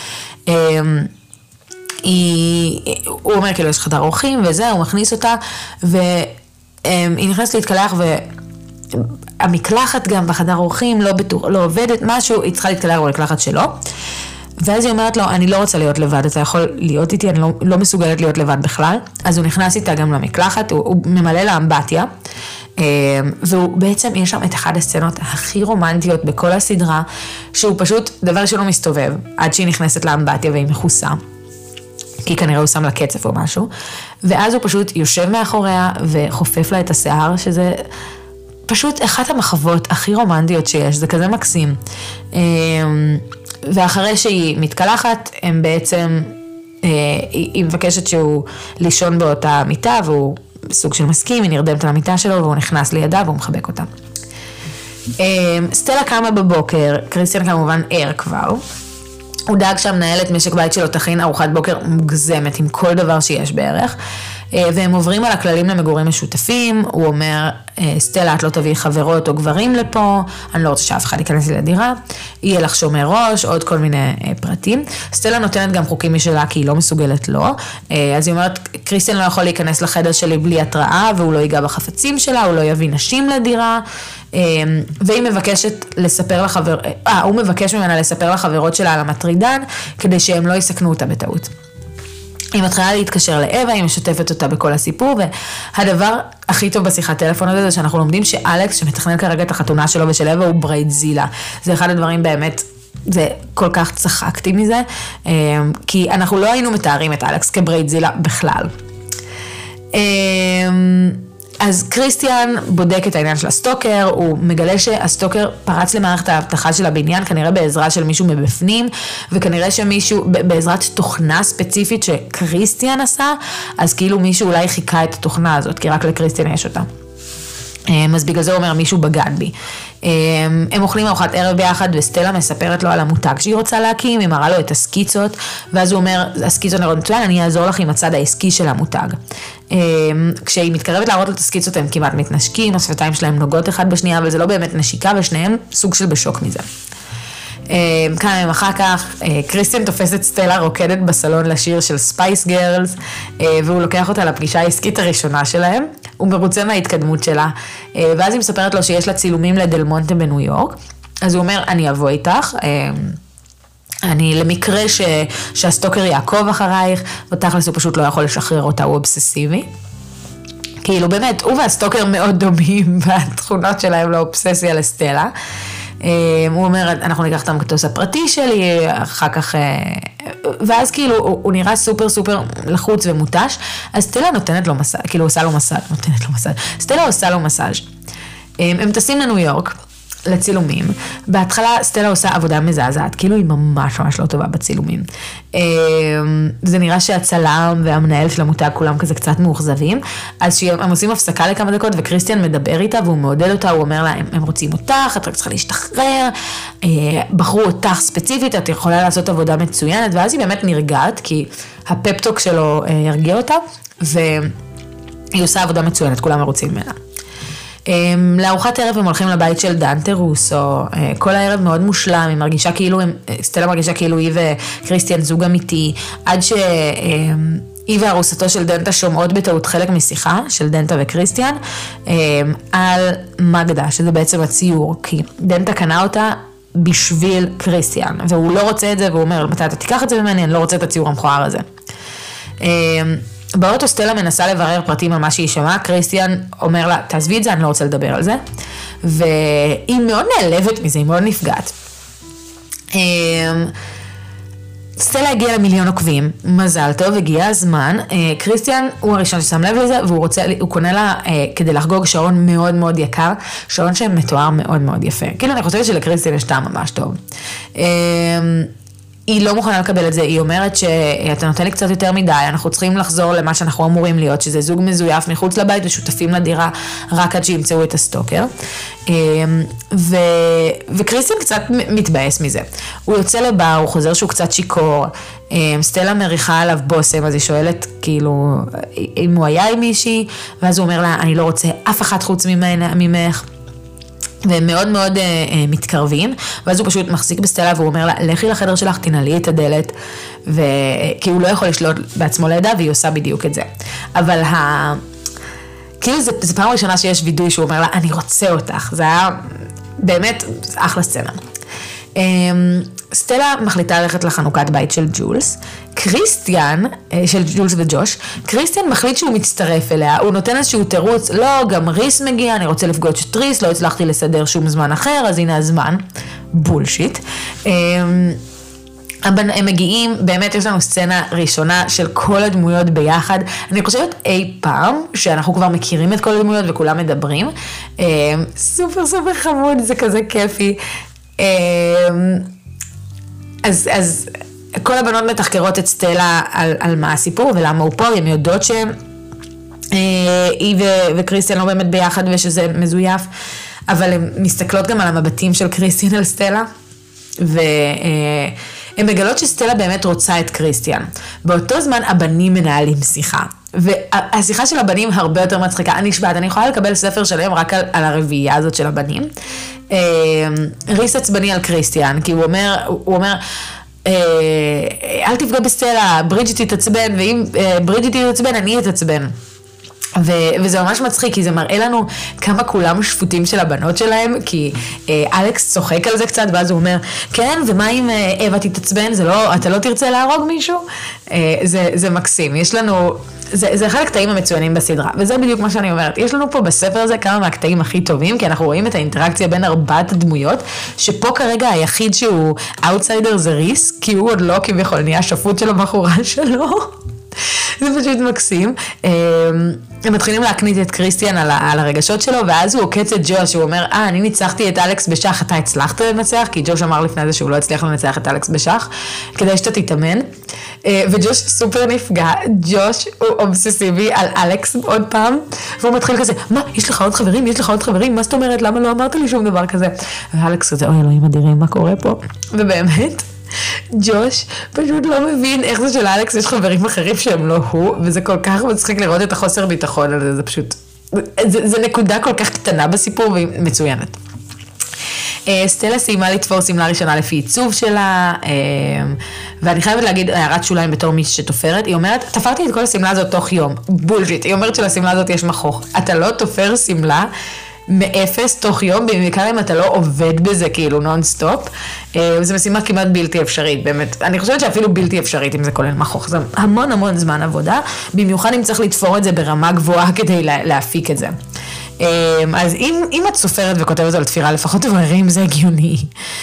הוא אומר, כאילו, יש חדר אורחים וזה, הוא מכניס אותה, והיא נכנסת להתקלח, והמקלחת גם בחדר אורחים לא עובדת משהו, היא צריכה להתקלח במקלחת שלו, ואז היא אומרת לו, אני לא רוצה להיות לבד, אתה יכול להיות איתי, אני לא מסוגלת להיות לבד בכלל, אז הוא נכנס איתה גם למקלחת, הוא ממלא לה אמבטיה, והוא בעצם, יש שם את אחד הסצנות הכי רומנטיות בכל הסדרה, שהוא פשוט דבר שלא מסתובב, עד שהיא נכנסת לאמבטיה והיא מכוסה. כי כנראה הוא שם לה קצף או משהו, ואז הוא פשוט יושב מאחוריה וחופף לה את השיער, שזה פשוט אחת המחוות הכי רומנטיות שיש, זה כזה מקסים. ואחרי שהיא מתקלחת, הם בעצם, היא מבקשת שהוא לישון באותה מיטה, והוא סוג של מסכים, היא נרדמת על המיטה שלו, והוא נכנס לידה והוא מחבק אותה. סטלה קמה בבוקר, קריסטיאן כמובן ער כבר, הוא דאג שהמנהלת משק בית שלו תכין ארוחת בוקר מוגזמת עם כל דבר שיש בערך, והם עוברים על הכללים למגורים משותפים, הוא אומר, סטלה, את לא תביא חברות או גברים לפה, אני לא רוצה שאף אחד ייכנס לי לדירה, יהיה לך שומר ראש, עוד כל מיני פרטים. סטלה נותנת גם חוקים משלה, כי היא לא מסוגלת לו, אז היא אומרת, קריסטיאן לא יכול להיכנס לחדר שלי בלי התראה, והוא לא ייגע בחפצים שלה, הוא לא יביא נשים לדירה, והיא מבקשת לספר הוא מבקש ממנה לספר לחברות שלה על המטרידן, כדי שהם לא יסכנו אותה בטעות. היא מתחילה להתקשר לאווה, היא משתפת אותה בכל הסיפור, והדבר הכי טוב בשיחת טלפון הזה, זה שאנחנו לומדים שאלכס, שמתכנן כרגע את החתונה שלו ושל אווה, הוא ברייטזילה. זה אחד הדברים באמת, זה כל כך צחקתי מזה, כי אנחנו לא היינו מתארים את אלכס כברייטזילה בכלל. אז קריסטיאן בודק את העניין של הסטוקר, הוא מגלה שהסטוקר פרץ למערכת ההבטחה של הבניין, כנראה בעזרה של מישהו מבפנים, וכנראה שמישהו, בעזרת תוכנה ספציפית שקריסטיאן עשה, אז כאילו מישהו אולי חיכה את התוכנה הזאת, כי רק לקריסטיאן יש אותה. אז בגלל זה הוא אומר מישהו בגד בי. הם אוכלים ארוחת ערב ביחד, וסטלה מספרת לו על המותג שהיא רוצה להקים, היא מראה לו את הסקיצות, ואז הוא אומר, הסקיצות נראות מצוין, אני אעזור לך עם הצד העסקי של המותג. כשהיא מתקרבת להראות לו את הסקיצות, הם כמעט מתנשקים, השפתיים שלהם נוגעות אחד בשנייה, אבל זה לא באמת נשיקה, ושניהם סוג של בשוק מזה. כמה ימים אחר כך, קריסטיאן תופס את סטלה רוקדת בסלון לשיר של ספייס גרלס, והוא לוקח אותה לפגישה העסקית הראשונה שלהם, הוא מרוצה מההתקדמות שלה, ואז היא מספרת לו שיש לה צילומים לדל-מונטה בניו יורק, אז הוא אומר, אני אבוא איתך, אני למקרה שהסטוקר יעקוב אחרייך, ותכלס הוא פשוט לא יכול לשחרר אותה, הוא אובססיבי. כאילו באמת, הוא והסטוקר מאוד דומים בתכונות שלהם לאובססיה לסטלה. הוא אומר, אנחנו ניקח את המטוס הפרטי שלי, אחר כך, ואז כאילו הוא נראה סופר סופר לחוץ ומוטש, אז סטלה נותנת לו מסאז', כאילו עושה לו מסאז', נותנת לו מסאז', סטלה עושה לו מסאז'. הם טסים לניו יורק, לצילומים, בהתחלה סטלה עושה עבודה מזעזעת, כאילו היא ממש ממש לא טובה בצילומים. זה נראה שהצלם והמנהל של המותג כולם כזה קצת מאוכזבים, אז שהם עושים הפסקה לכמה דקות, וקריסטיאן מדבר איתה, והוא מעודד אותה, הוא אומר לה, הם רוצים אותך, את רק צריכה להשתחרר, בחרו אותך ספציפית, את יכולה לעשות עבודה מצוינת, ואז היא באמת נרגעת, כי הפפטוק שלו ירגיע אותה, והיא עושה עבודה מצוינת, כולם מרוצים ממנה. לארוחת ערב הם הולכים לבית של דנטה רוסו, כל הערב מאוד מושלם, היא מרגישה כאילו, סטלה מרגישה כאילו היא וקריסטיאן זוג אמיתי, עד שהיא וארוסתו של דנטה שומעות בטעות חלק משיחה של דנטה וקריסטיאן, על מגדה, שזה בעצם הציור, כי דנטה קנה אותה בשביל קריסטיאן, והוא לא רוצה את זה, והוא אומר, מתי אתה תיקח את זה ממני, אני לא רוצה את הציור המכוער הזה. באוטו סטלה מנסה לברר פרטים על מה שהיא שמעה, קריסטיאן אומר לה, תעזבי את זה, אני לא רוצה לדבר על זה, והיא מאוד נעלבת מזה, היא מאוד נפגעת. סטלה הגיעה ל1,000,000 עוקבים, מזל טוב, הגיע הזמן, קריסטיאן הוא הראשון ששם לב לזה, הוא קונה לה כדי לחגוג שעון מאוד מאוד יקר, שעון שמתואר מאוד מאוד יפה, כאילו אני חושבת שלקריסטיאן יש טעם ממש טוב. היא לא מוכנה לקבל את זה, היא אומרת שאתה נותן לי קצת יותר מדי, אנחנו צריכים לחזור למה שאנחנו אמורים להיות, שזה זוג מזויף מחוץ לבית ושותפים לדירה רק עד שימצאו את הסטוקר. וקריסטיאן קצת מתבאס מזה. הוא יוצא לבר, הוא חוזר שהוא קצת שיקור, סטלה מריחה עליו בוסם, אז היא שואלת כאילו אם הוא היה עם מישהי, ואז הוא אומר לה, אני לא רוצה אף אחד חוץ ממך. והם מאוד מאוד מתקרבים, ואז הוא פשוט מחזיק בסטלה, והוא אומר לה, לכי לחדר שלך, תנעלי את הדלת, כי הוא לא יכול לשלוט בעצמו לידה, והיא עושה בדיוק את זה. אבל כאילו זה פעם ראשונה שיש וידוי, שהוא אומר לה, אני רוצה אותך, זה היה באמת אחלה סצנה. סטלה מחליטה ללכת לחנוכת בית של ג'ולס, קריסטיאן, של ג'ולס וג'וש, קריסטיאן מחליט שהוא מצטרף אליה, הוא נותן איזשהו תירוץ, לא, גם ריס מגיע, אני רוצה לפגוש את ריס, לא הצלחתי לסדר שום זמן אחר, אז הנה הזמן, בולשיט. הם מגיעים, באמת יש לנו סצנה ראשונה של כל הדמויות ביחד, אני חושבת אי פעם שאנחנו כבר מכירים את כל הדמויות וכולם מדברים, סופר סופר חמוד, זה כזה כיפי, אז כל הבנות מתחקרות את סטלה על מה הסיפור ולמה הוא פה, הן יודעות שהיא וקריסטיאן לא באמת ביחד ושזה מזויף, אבל הן מסתכלות גם על המבטים של קריסטיאן על סטלה, הן מגלות שסטלה באמת רוצה את קריסטיאן. באותו זמן הבנים מנהלים שיחה, והשיחה של הבנים הרבה יותר מצחיקה. אני נשבעת, אני יכולה לקבל ספר שלהם רק על הרביעייה הזאת של הבנים. ריס עצבני על קריסטיאן, כי הוא אומר, אל תפגע בסטלה, ברידג'יט תתעצבן, ואם ברידג'יט תתעצבן, אני אתעצבן. וזה ממש מצחיק, כי זה מראה לנו כמה כולם שפוטים של הבנות שלהם, כי אלכס צוחק על זה קצת, ואז הוא אומר, כן, ומה אם אווה תתעצבן, אתה לא תרצה להרוג מישהו? זה מקסים, יש לנו, זה אחד הקטעים המצוינים בסדרה, וזה בדיוק מה שאני אומרת, יש לנו פה בספר הזה כמה מהקטעים הכי טובים, כי אנחנו רואים את האינטראקציה בין 4 הדמויות, שפה כרגע היחיד שהוא אאוטסיידר זה ריס, כי הוא עוד לא כביכול נהיה שפוט של הבחורה שלו. זה פשוט מקסים. הם מתחילים להקנית את קריסטיאן על הרגשות שלו, ואז הוא עוקץ את ג'וש, הוא אומר, אני ניצחתי את אלכס בשח, אתה הצלחת לנצח? כי ג'וש אמר לפני זה שהוא לא הצליח לנצח את אלכס בשח, כדי שאתה תתאמן. וג'וש סופר נפגע, ג'וש הוא אובססיבי על אלכס עוד פעם, והוא מתחיל כזה, מה, יש לך עוד חברים? יש לך עוד חברים? מה זאת אומרת? למה לא אמרת לי שום דבר כזה? ואלכס כזה, אוי אלוהים אדירים, מה קורה פה? ובאמת, ג'וש פשוט לא מבין איך זה שלאלכס יש חברים אחרים שהם לא הוא, וזה כל כך מצחיק לראות את החוסר ביטחון על זה, זה פשוט, זה נקודה כל כך קטנה בסיפור והיא מצוינת. סטלה סיימה לתפור סמלה ראשונה לפי עיצוב שלה, ואני חייבת להגיד הערת שוליים בתור מי שתופרת, היא אומרת, תפרתי את כל הסמלה הזאת תוך יום, בולשיט, היא אומרת שלסמלה הזאת יש מכוך, אתה לא תופר סמלה מאפס תוך יום, בעיקר אם אתה לא עובד בזה כאילו נונסטופ, זו משימה כמעט בלתי אפשרית, באמת, אני חושבת שאפילו בלתי אפשרית אם זה כולל מכוך, זה המון זמן עבודה, במיוחד אם צריך לתפור את זה ברמה גבוהה כדי להפיק את זה. אז אם את סופרת וכותבת על תפירה, לפחות תבררי אם זה הגיוני.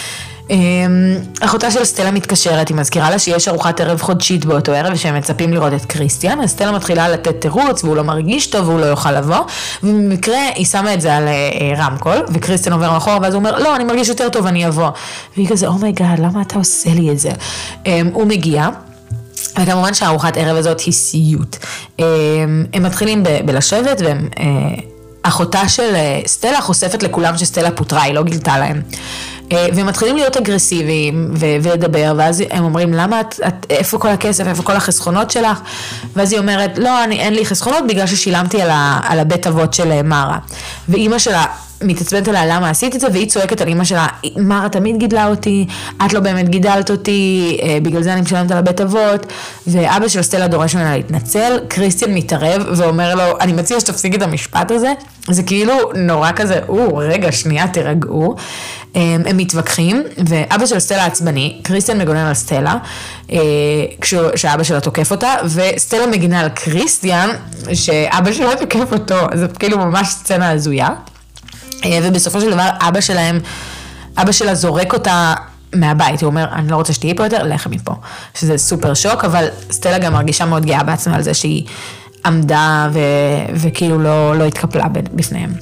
אחותה של סטלה מתקשרת, היא מזכירה לה שיש ארוחת ערב חודשית באותו ערב ושהם מצפים לראות את קריסטיאן, אז סטלה מתחילה לתת תירוץ והוא לא מרגיש טוב והוא לא יוכל לבוא, ובמקרה היא שמה את זה על רמקול, וקריסטיאן עובר מאחורה ואז הוא אומר, לא, אני מרגיש יותר טוב, אני אבוא. והיא כזה, אומייגאד, למה אתה עושה לי את זה? הוא מגיע, וכמובן שהארוחת ערב הזאת היא סיוט. הם מתחילים בלשבת והם... אחותה של סטלה חושפת לכולם שסטלה פוטרה, היא לא גילתה להם. והם מתחילים להיות אגרסיביים ולדבר, ואז הם אומרים, למה איפה כל הכסף, איפה כל החסכונות שלך? ואז היא אומרת, לא, אין לי חסכונות בגלל ששילמתי על הבית אבות של מרה. ואימא שלה מתעצבנת עליה למה עשית את זה, והיא צועקת על אימא שלה, מרה תמיד גידלה אותי, את לא באמת גידלת אותי, בגלל זה אני משלמת על הבית אבות, ואבא של סטלה דורש ממנה להתנצל, קריסטיאן מתערב ואומר לו, אני מציע שתפסיק את המשפט הזה, זה כאילו נורא כזה, רגע, שנייה, תרגעו, הם מתווכחים, ואבא של סטלה עצבני, קריסטיאן מגונן על סטלה, כשאבא שלה תוקף אותה, וסטלה מגינה על קריסטיאן, שאבא שלה תוקף אותו, זה כאילו ממש סצנה הזויה, ובסופו של דבר אבא שלה זורק אותה מהבית, הוא אומר, אני לא רוצה שתהיי פה יותר, לך מפה, שזה סופר שוק, אבל סטלה גם מרגישה מאוד גאה בעצמה על זה שהיא עמדה וכאילו לא התקפלה בפניהם.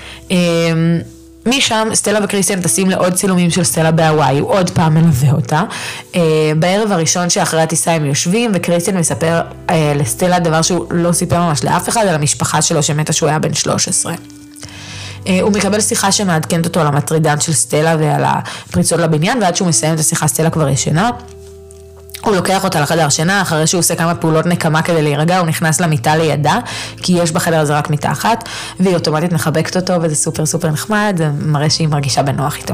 משם סטלה וקריסטיאן טסים לעוד צילומים של סטלה בהוואי, הוא עוד פעם מלווה אותה. בערב הראשון שאחרי הטיסה הם יושבים, וקריסטיאן מספר לסטלה דבר שהוא לא סיפר ממש לאף אחד, על המשפחה שלו שמתה שהוא היה בן 13. הוא מקבל שיחה שמעדכנת אותו על המטרידן של סטלה ועל הפריצות לבניין, ועד שהוא מסיים את השיחה סטלה כבר ישנה. הוא לוקח אותה לחדר שינה, אחרי שהוא עושה כמה פעולות נקמה כדי להירגע, הוא נכנס למיטה לידה, כי יש בחדר הזה רק מיטה אחת, והיא אוטומטית מחבקת אותו, וזה סופר סופר נחמד, זה מראה שהיא מרגישה בנוח איתו.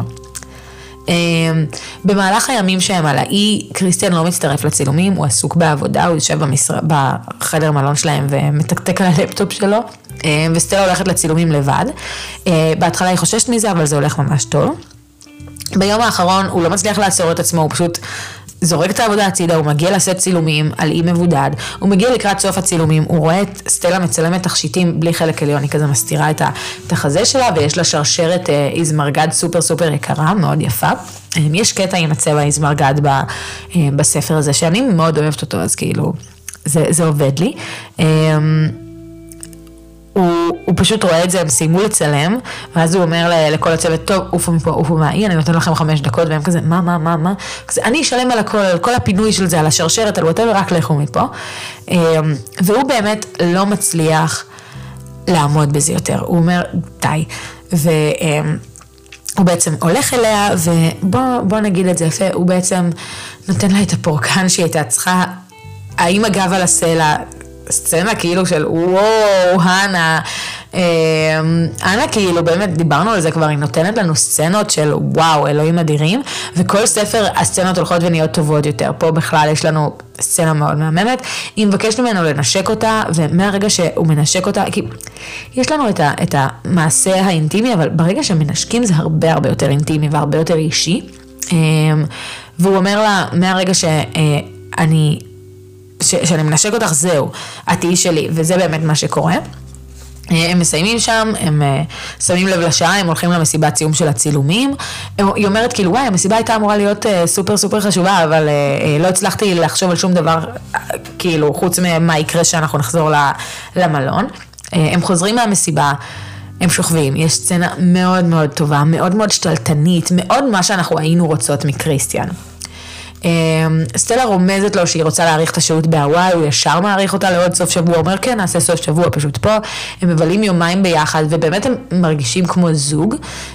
במהלך הימים שהם על האי, קריסטיאן לא מצטרף לצילומים, הוא עסוק בעבודה, הוא יושב בחדר מלון שלהם ומתקתק על הלפטופ שלו, וסטלה הולכת לצילומים לבד. בהתחלה היא חוששת מזה, אבל זה הולך ממש טוב. ביום האחרון הוא לא מצליח לעצור את עצמו, הוא פשוט זורק את העבודה הצידה, הוא מגיע לעשות צילומים על אי מבודד, הוא מגיע לקראת סוף הצילומים, הוא רואה את סטלה מצלמת תכשיטים בלי חלק עליון, היא כזה מסתירה את החזה שלה, ויש לה שרשרת איזמרגד סופר סופר יקרה, מאוד יפה. יש קטע עם הצבע איזמרגד בספר הזה, שאני מאוד אוהבת אותו, אז כאילו, זה עובד לי. הוא פשוט רואה את זה, הם סיימו לצלם, ואז הוא אומר לכל הצוות, טוב, אופו מפה, אופו מהאי, אני נותן לכם 5 דקות, והם כזה, מה? כזה, אני אשלם על הכל, על כל הפינוי של זה, על השרשרת, על whatever, רק לכו מפה. והוא באמת לא מצליח לעמוד בזה יותר. הוא אומר, די. והוא בעצם הולך אליה, ובוא נגיד את זה יפה, הוא בעצם נותן לה את הפורקן שהיא הייתה צריכה, האם הגב על הסלע, סצנה כאילו של וואו, אנה כאילו באמת דיברנו על זה כבר, היא נותנת לנו סצנות של וואו, אלוהים אדירים, וכל ספר הסצנות הולכות ונהיות טובות יותר, פה בכלל יש לנו סצנה מאוד מהממת, היא מבקשת ממנו לנשק אותה, ומהרגע שהוא מנשק אותה, כי יש לנו את המעשה האינטימי, אבל ברגע שמנשקים זה הרבה הרבה יותר אינטימי והרבה יותר אישי, והוא אומר לה, מהרגע שאני מנשק אותך, זהו, את היא שלי, וזה באמת מה שקורה. הם מסיימים שם, הם שמים לב לשעה, הם הולכים למסיבת סיום של הצילומים, היא אומרת כאילו, וואי, המסיבה הייתה אמורה להיות סופר סופר חשובה, אבל לא הצלחתי לחשוב על שום דבר, כאילו, חוץ ממה יקרה שאנחנו נחזור למלון. הם חוזרים מהמסיבה, הם שוכבים, יש סצנה מאוד מאוד טובה, מאוד מאוד שתלטנית, מאוד מה שאנחנו היינו רוצות מקריסטיאן. סטלה רומזת לו שהיא רוצה להאריך את השהות בהוואי, הוא ישר מעריך אותה לעוד סוף שבוע, הוא אומר כן, נעשה סוף שבוע פשוט פה, הם מבלים יומיים ביחד, ובאמת הם מרגישים כמו זוג,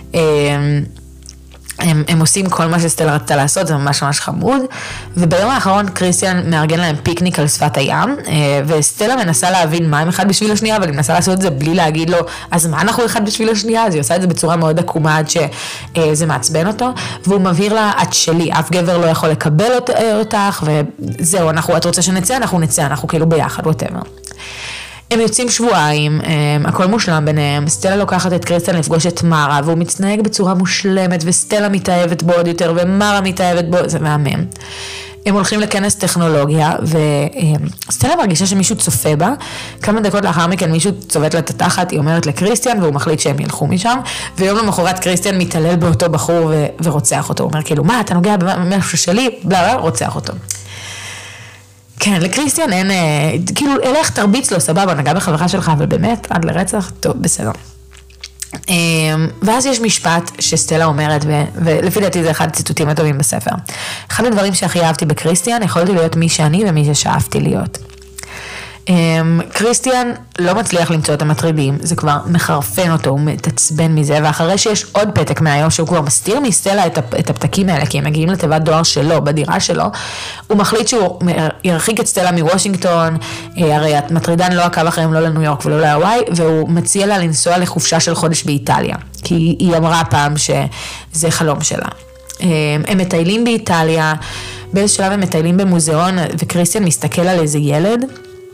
הם עושים כל מה שסטלה רצתה לעשות, זה ממש ממש חמוד, וביום האחרון קריסטיאן מארגן להם פיקניק על שפת הים, וסטלה מנסה להבין מה הם אחד בשביל השנייה, אבל היא מנסה לעשות את זה בלי להגיד לו, אז מה אנחנו אחד בשביל השנייה? אז היא עושה את זה בצורה מאוד עקומה עד שזה מעצבן אותו, והוא מבהיר לה, את שלי, אף גבר לא יכול לקבל אותך, וזהו, את רוצה שנצא, אנחנו נצא, אנחנו כאילו ביחד, whatever. הם יוצאים שבועיים, הכל מושלם ביניהם, סטלה לוקחת את קריסטיאן לפגוש את מרה, והוא מצנהג בצורה מושלמת, וסטלה מתאהבת בו עוד יותר, ומרה מתאהבת בו, זה מהמם. הם הולכים לכנס טכנולוגיה, וסטלה מרגישה שמישהו צופה בה, כמה דקות לאחר מכן מישהו צובט לה את התחת, היא אומרת לקריסטיאן, והוא מחליט שהם ילכו משם, ויום למחרת קריסטיאן מתעלל באותו בחור ורוצח אותו, הוא אומר כאילו, מה, אתה נוגע במשהו שלי? בלה, רוצח אותו. כן, לקריסטיאן אין, כאילו, אלך תרביץ לו, סבבה, נגע בחברה שלך, אבל באמת, עד לרצח, טוב, בסדר. ואז יש משפט שסטלה אומרת, ולפי דעתי זה אחד הציטוטים הטובים בספר. אחד הדברים שהכי אהבתי בקריסטיאן, יכולתי להיות מי שאני ומי ששאפתי להיות. קריסטיאן לא מצליח למצוא את המטרידים, זה כבר מחרפן אותו, הוא מתעצבן מזה, ואחרי שיש עוד פתק מהיום שהוא כבר מסתיר מסטלה את הפתקים האלה, כי הם מגיעים לתיבת דואר שלו, בדירה שלו, הוא מחליט שהוא ירחיק את סטלה מוושינגטון, הרי המטרידן לא עקב אחריהם לא לניו יורק ולא להוואי, והוא מציע לה לנסוע לחופשה של חודש באיטליה, כי היא אמרה פעם שזה חלום שלה. הם מטיילים באיטליה, באיזה שלב הם מטיילים במוזיאון, וקריסטיאן מסתכל על איזה ילד,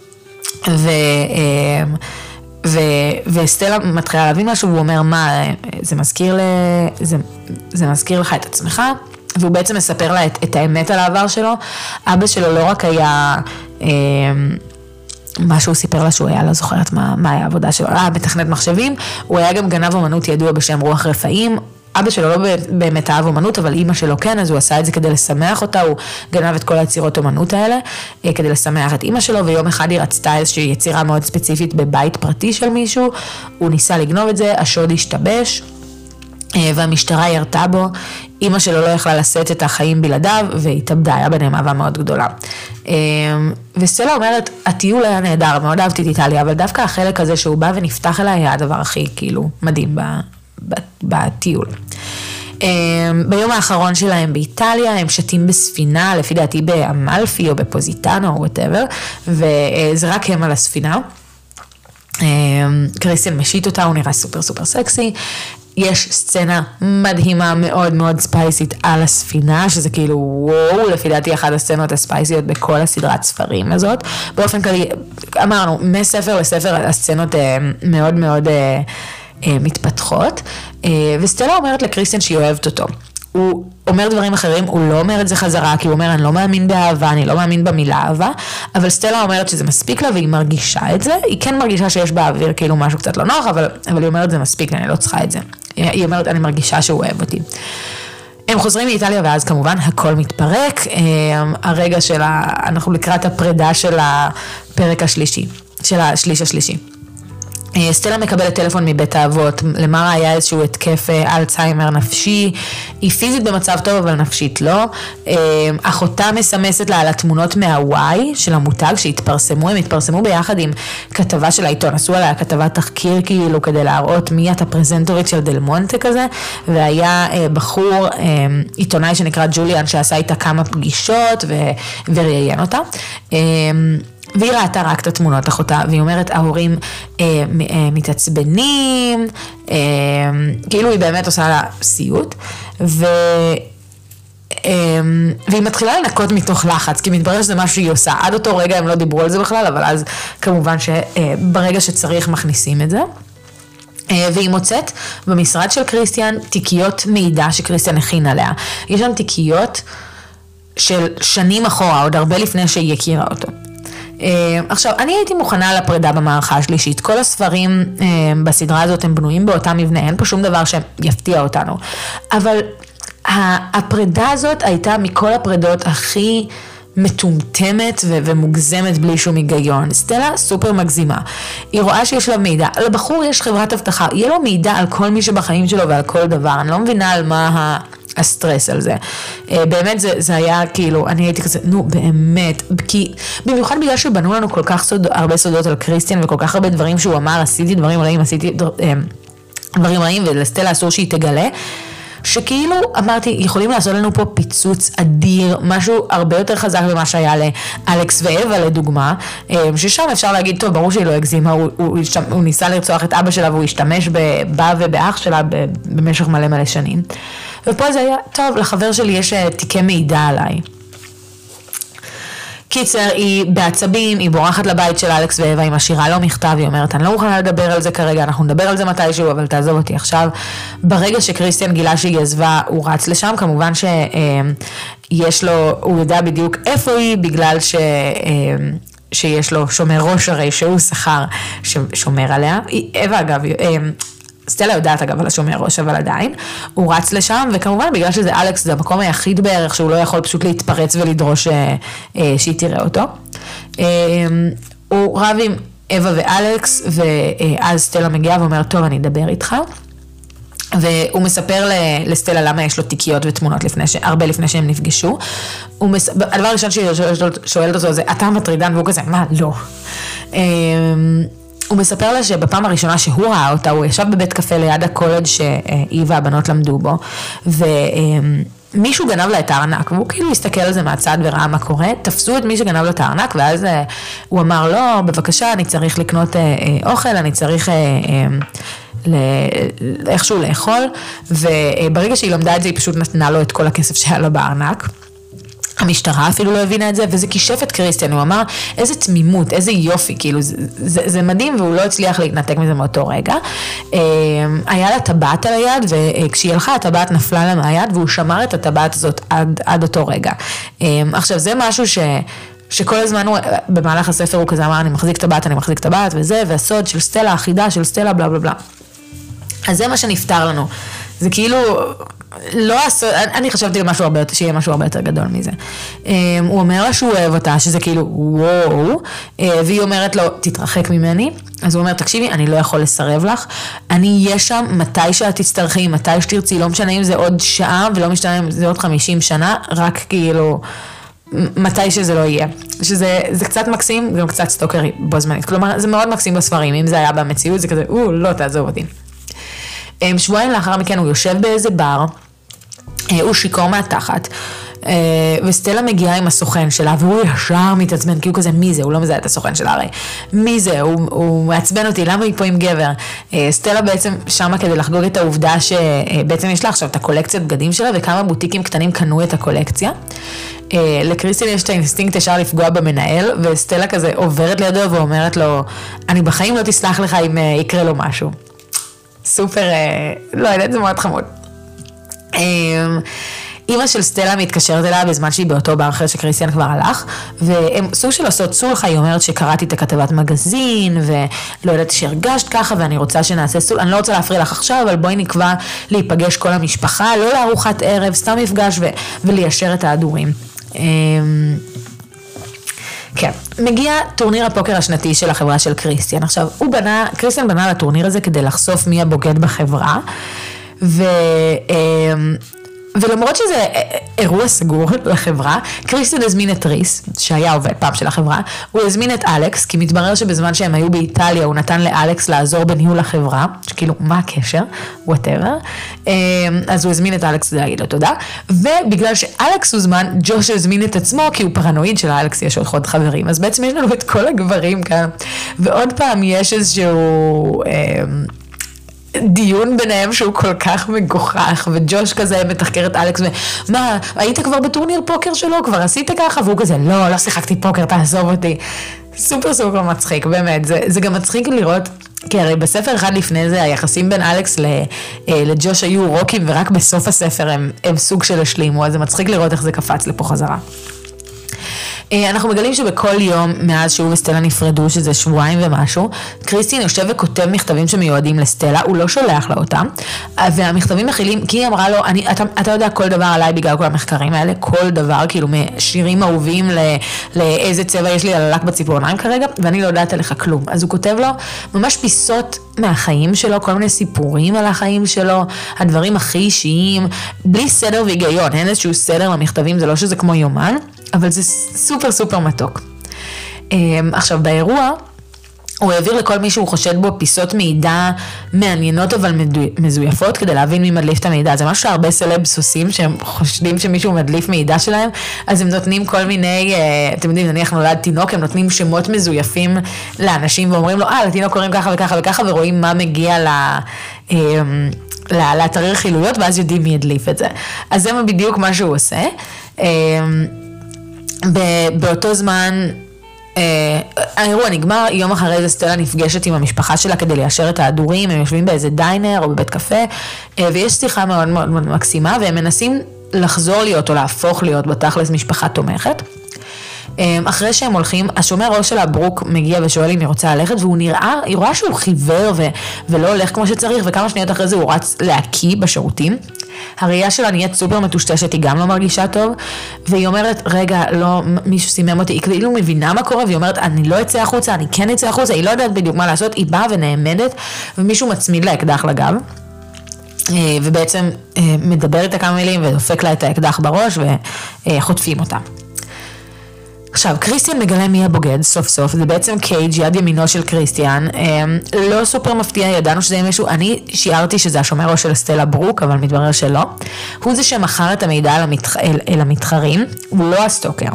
וסטלה מתחילה להבין משהו, והוא אומר, מה, זה מזכיר לך את עצמך, והוא בעצם מספר לה את האמת על העבר שלו. אבא שלו לא רק היה, מה שהוא סיפר לה שהוא היה, לא זוכרת מה היה העבודה שלו, מתכנת מחשבים, הוא היה גם גנב אומנות ידוע בשם רוח רפאים, אבא שלו לא באמת אהב אומנות, אבל אמא שלו כן, אז הוא עשה את זה כדי לשמח אותה, הוא גנב את כל היצירות אומנות האלה, כדי לשמח את אמא שלו, ויום אחד היא רצתה איזושהי יצירה מאוד ספציפית בבית פרטי של מישהו, הוא ניסה לגנוב את זה, השוד השתבש, והמשטרה ירתה בו, אמא שלו לא יכלה לשאת את החיים בלעדיו, והתאבדה, היה ביניהם אהבה מאוד גדולה. וסטלה אומרת, הטיול היה נהדר, מאוד אהבתי את איטליה, אבל דווקא החלק הזה שהוא בא ונפתח אליי, היה הדבר הכי כאילו מדהים בטיול. ביום האחרון שלהם באיטליה, הם שתים בספינה, לפי דעתי באמלפי או בפוזיטנו או whatever, וזה רק הם על הספינה. קריסטיאן משיט אותה, הוא נראה סופר סופר סקסי. יש סצנה מדהימה מאוד מאוד ספייסית על הספינה, שזה כאילו וואו, לפי דעתי אחת הסצנות הספייסיות בכל הסדרת ספרים הזאת. באופן כללי, אמרנו, מספר לספר הסצנות מאוד מאוד מתפתחות, וסטלה אומרת לקריסטיאן שהיא אוהבת אותו. הוא אומר דברים אחרים, הוא לא אומר את זה חזרה, כי הוא אומר, אני לא מאמין באהבה, אני לא מאמין במילה אהבה, אבל סטלה אומרת שזה מספיק לה, והיא מרגישה את זה, היא כן מרגישה שיש באוויר כאילו משהו קצת לא נוח, אבל היא אומרת, זה מספיק, אני לא צריכה את זה. היא אומרת, אני מרגישה שהוא אוהב אותי. הם חוזרים מאיטליה, ואז כמובן הכל מתפרק, הרגע אנחנו לקראת הפרידה של הפרק השלישי, של השליש השלישי. סטלה מקבלת טלפון מבית האבות, למרה היה איזשהו התקף אלצהיימר נפשי, היא פיזית במצב טוב אבל נפשית לא, אחותה מסמסת לה על התמונות מהוואי של המותג שהתפרסמו, הם התפרסמו ביחד עם כתבה של העיתון, עשו עליה כתבת תחקיר כאילו כדי להראות מי את הפרזנטורית של דל מונטה כזה, והיה בחור עיתונאי שנקרא ג'וליאן שעשה איתה כמה פגישות וראיין אותה, והיא ראתה רק את התמונות אחותה, והיא אומרת, ההורים מתעצבנים, כאילו היא באמת עושה לה סיוט, והיא מתחילה לנקות מתוך לחץ, כי מתברר שזה משהו שהיא עושה, עד אותו רגע הם לא דיברו על זה בכלל, אבל אז כמובן שברגע שצריך מכניסים את זה, והיא מוצאת במשרד של קריסטיאן תיקיות מידע שקריסטיאן הכין עליה, יש שם תיקיות של שנים אחורה, עוד הרבה לפני שהיא הכירה אותו. עכשיו, אני הייתי מוכנה על הפרידה במערכה השלישית, כל הספרים בסדרה הזאת הם בנויים באותה מבנה, אין פה שום דבר שיפתיע אותנו, אבל הפרידה הזאת הייתה מכל הפרידות הכי מטומטמת ומוגזמת בלי שום היגיון. סטלה סופר מגזימה, היא רואה שיש לה מידע, לבחור יש חברת הבטחה, יהיה לו מידע על כל מי שבחיים שלו ועל כל דבר, אני לא מבינה על מה הסטרס על זה. באמת זה היה כאילו, אני הייתי כזה, נו באמת, כי במיוחד בגלל שבנו לנו כל כך הרבה סודות על קריסטיאן וכל כך הרבה דברים שהוא אמר, עשיתי דברים רעים, עשיתי דברים רעים ולסטלה אסור שהיא תגלה, שכאילו אמרתי, יכולים לעשות לנו פה פיצוץ אדיר, משהו הרבה יותר חזק ממה שהיה לאלכס ואווה לדוגמה, ששם אפשר להגיד, טוב, ברור שהיא לא הגזימה, הוא ניסה לרצוח את אבא שלה והוא השתמש בבה ובאח שלה במשך מלא שנים. ופה זה היה, טוב, לחבר שלי יש תיקי מידע עליי. קיצר, היא בעצבים, היא בורחת לבית של אלכס ואווה, היא משאירה לו מכתב, היא אומרת, אני לא מוכנה לדבר על זה כרגע, אנחנו נדבר על זה מתישהו, אבל תעזוב אותי עכשיו. ברגע שקריסטיאן גילה שהיא עזבה, הוא רץ לשם, כמובן שיש לו, הוא יודע בדיוק איפה היא, בגלל שיש לו שומר ראש הרי, שהוא שכר ששומר עליה. אווה אגב, סטלה יודעת אגב על השומר ראש, אבל עדיין, הוא רץ לשם, וכמובן בגלל שזה אלכס, זה המקום היחיד בערך, שהוא לא יכול פשוט להתפרץ ולדרוש שהיא תראה אותו. הוא רב עם אווה ואלכס, ואז סטלה מגיעה ואומר, טוב, אני אדבר איתך, והוא מספר לסטלה למה יש לו תיקיות ותמונות הרבה לפני שהם נפגשו. הדבר הראשון שהיא שואלת אותו זה, אתה מטרידן? והוא כזה, מה? לא. הוא מספר לה שבפעם הראשונה שהוא ראה אותה, הוא ישב בבית קפה ליד הקולג' שהיא והבנות למדו בו, ומישהו גנב לה את הארנק, והוא כאילו הסתכל על זה מהצד וראה מה קורה, תפסו את מי שגנב לה את הארנק, ואז הוא אמר, לא, בבקשה, אני צריך לקנות אוכל, אני צריך איכשהו לאכול, וברגע שהיא למדה את זה, היא פשוט נתנה לו את כל הכסף שהיה לו בארנק. המשטרה אפילו לא הבינה את זה, וזה כישף את קריסטיאן, הוא אמר, איזה תמימות, איזה יופי, כאילו, זה מדהים, והוא לא הצליח להתנתק מזה מאותו רגע. היה לה טבעת על היד, וכשהיא הלכה, הטבעת נפלה לה מהיד, והוא שמר את הטבעת הזאת עד אותו רגע. עכשיו, זה משהו שכל הזמן במהלך הספר הוא כזה אמר, אני מחזיק טבעת וזה, והסוד של סטלה, האחידה של סטלה, בלה בלה בלה. אז זה מה שנפטר לנו. זה כאילו, לא הסוד, אני חשבתי שיהיה משהו הרבה יותר גדול מזה. הוא אומר לה שהוא אוהב אותה, שזה כאילו, וואו, והיא אומרת לו, תתרחק ממני. אז הוא אומר, תקשיבי, אני לא יכול לסרב לך, אני אהיה שם מתי שאת תצטרכי, מתי שתרצי, לא משנה אם זה עוד שעה, ולא משנה אם זה עוד 50 שנה, רק כאילו, מתי שזה לא יהיה. שזה קצת מקסים, גם קצת סטוקרי בו זמנית. כלומר, זה מאוד מקסים בספרים, אם זה היה במציאות, זה כזה, לא תעזוב אותי. שבועיים לאחר מכן הוא יושב באיזה בר, הוא שיקור מהתחת, וסטלה מגיעה עם הסוכן שלה, והוא ישר מתעצבן, כי הוא כזה, מי זה? הוא לא מזהה את הסוכן שלה הרי. מי זה? הוא מעצבן אותי, למה היא פה עם גבר? סטלה בעצם שמה כדי לחגוג את העובדה שבעצם יש לה עכשיו את הקולקציית בגדים שלה, וכמה בוטיקים קטנים קנו את הקולקציה. לקריסטיאן יש את האינסטינקט ישר לפגוע במנהל, וסטלה כזה עוברת לידו ואומרת לו, אני בחיים לא תסלח לך אם יקרה לו משהו. סופר, לא יודעת, זה מאוד חמוד. אמא של סטלה מתקשרת אליה בזמן שהיא באותו בר אחרי שקריסטיאן כבר הלך, והם סוג של עושות סולחה, היא אומרת שקראתי את הכתבת מגזין, ולא ידעתי שהרגשת ככה, ואני רוצה שנעשה סולחה, אני לא רוצה להפריע לך עכשיו, אבל בואי נקבע להיפגש כל המשפחה, לא לארוחת ערב, סתם מפגש וליישר את ההדורים. כן, מגיע טורניר הפוקר השנתי של החברה של קריסטיאן. עכשיו, קריסטיאן בנה לטורניר הזה כדי לחשוף מי הבוגד בחברה, ולמרות שזה אירוע סגור לחברה, קריסטיאן הזמין את ריס, שהיה עובד פעם של החברה, הוא הזמין את אלכס, כי מתברר שבזמן שהם היו באיטליה, הוא נתן לאלכס לעזור בניהול החברה, שכאילו, מה הקשר? whatever. אז הוא הזמין את אלכס להגיד לו תודה, ובגלל שאלכס הוזמן, ג'וש הזמין את עצמו, כי הוא פרנואיד של אלכס, יש עוד חברים, אז בעצם יש לנו את כל הגברים כאן, ועוד פעם יש איזשהו דיון ביניהם שהוא כל כך מגוחך, וג'וש כזה מתחקר את אלכס, ומה, היית כבר בטורניר פוקר שלו? כבר עשית ככה? והוא כזה, לא שיחקתי פוקר, תעזוב אותי. סופר סופר מצחיק, באמת. זה גם מצחיק לראות, כי הרי בספר אחד לפני זה, היחסים בין אלכס לג'וש היו רוקים, ורק בסוף הספר הם סוג של השלימו, אז זה מצחיק לראות איך זה קפץ לפה חזרה. אנחנו מגלים שבכל יום מאז שהוא וסטלה נפרדו, שזה שבועיים ומשהו, קריסטיאן יושב וכותב מכתבים שמיועדים לסטלה, הוא לא שולח לה אותם, והמכתבים מכילים, כי היא אמרה לו, אתה יודע כל דבר עליי בגלל כל המחקרים האלה, כל דבר, כאילו משירים אהובים לאיזה צבע יש לי על הלק בציפורניים כרגע, ואני לא יודעת עליך כלום. אז הוא כותב לו ממש פיסות מהחיים שלו, כל מיני סיפורים על החיים שלו, הדברים הכי אישיים, בלי סדר והיגיון, אין איזשהו סדר למכתבים, זה לא שזה כמו יומן, אבל זה סופר סופר מתוק. עכשיו באירוע, הוא העביר לכל מי שהוא חושד בו פיסות מידע מעניינות אבל מזויפות, כדי להבין מי מדליף את המידע. זה משהו שהרבה סלבס עושים, שהם חושדים שמישהו מדליף מידע שלהם, אז הם נותנים כל מיני, אתם יודעים, נניח נולד תינוק, הם נותנים שמות מזויפים לאנשים, ואומרים לו, לתינוק קוראים ככה וככה וככה, ורואים מה מגיע לאתרי רכילויות, ואז יודעים מי ידליף את זה. אז זה בדיוק מה שהוא עושה. באותו זמן, האירוע נגמר, יום אחרי זה סטלה נפגשת עם המשפחה שלה כדי ליישר את ההדורים, הם יושבים באיזה דיינר או בבית קפה, ויש שיחה מאוד מאוד מקסימה, והם מנסים לחזור להיות או להפוך להיות בתכלס משפחה תומכת. אחרי שהם הולכים, השומר ראש שלה ברוק מגיע ושואל אם היא רוצה ללכת, והוא נראה, היא רואה שהוא חיוור ולא הולך כמו שצריך, וכמה שניות אחרי זה הוא רץ להקיא בשירותים. הראייה שלה נהיית סופר מטושטשת, היא גם לא מרגישה טוב, והיא אומרת, רגע, לא, מישהו סימם אותי, היא כאילו מבינה מה קורה, והיא אומרת, אני לא אצא החוצה, אני כן אצא החוצה, היא לא יודעת בדיוק מה לעשות, היא באה ונעמדת, ומישהו מצמיד לה אקדח לגב, ובעצם מדבר איתה כמה מילים, ודופק לה את האקדח בראש, וחוטפים אותה. עכשיו, קריסטיאן מגלה מי הבוגד, סוף סוף, זה בעצם קייג' יד ימינו של קריסטיאן, לא סופר מפתיע, ידענו שזה מישהו, אני שיערתי שזה השומר ראש של סטלה ברוק, אבל מתברר שלא, הוא זה שמכר את המידע אל המתחרים, הוא לא הסטוקר.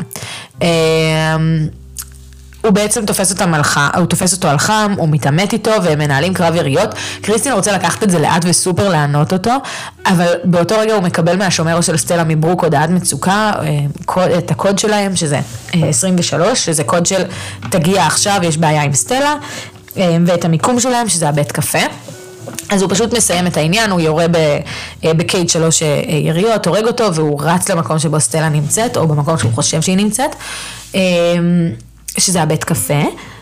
הוא בעצם תופס אותו על חם, הוא מתעמת איתו והם מנהלים קרב יריות. קריסטיאן רוצה לקחת את זה לאט וסופר לענות אותו, אבל באותו רגע הוא מקבל מהשומר של סטלה מברוק הודעת מצוקה, את הקוד שלהם, שזה 23, שזה קוד של תגיע עכשיו, יש בעיה עם סטלה, ואת המיקום שלהם, שזה הבית קפה. אז הוא פשוט מסיים את העניין, הוא יורה בקייד 3 יריות, הורג אותו, והוא רץ למקום שבו סטלה נמצאת, או במקום שהוא חושב שהיא נמצאת, שזה הבית קפה,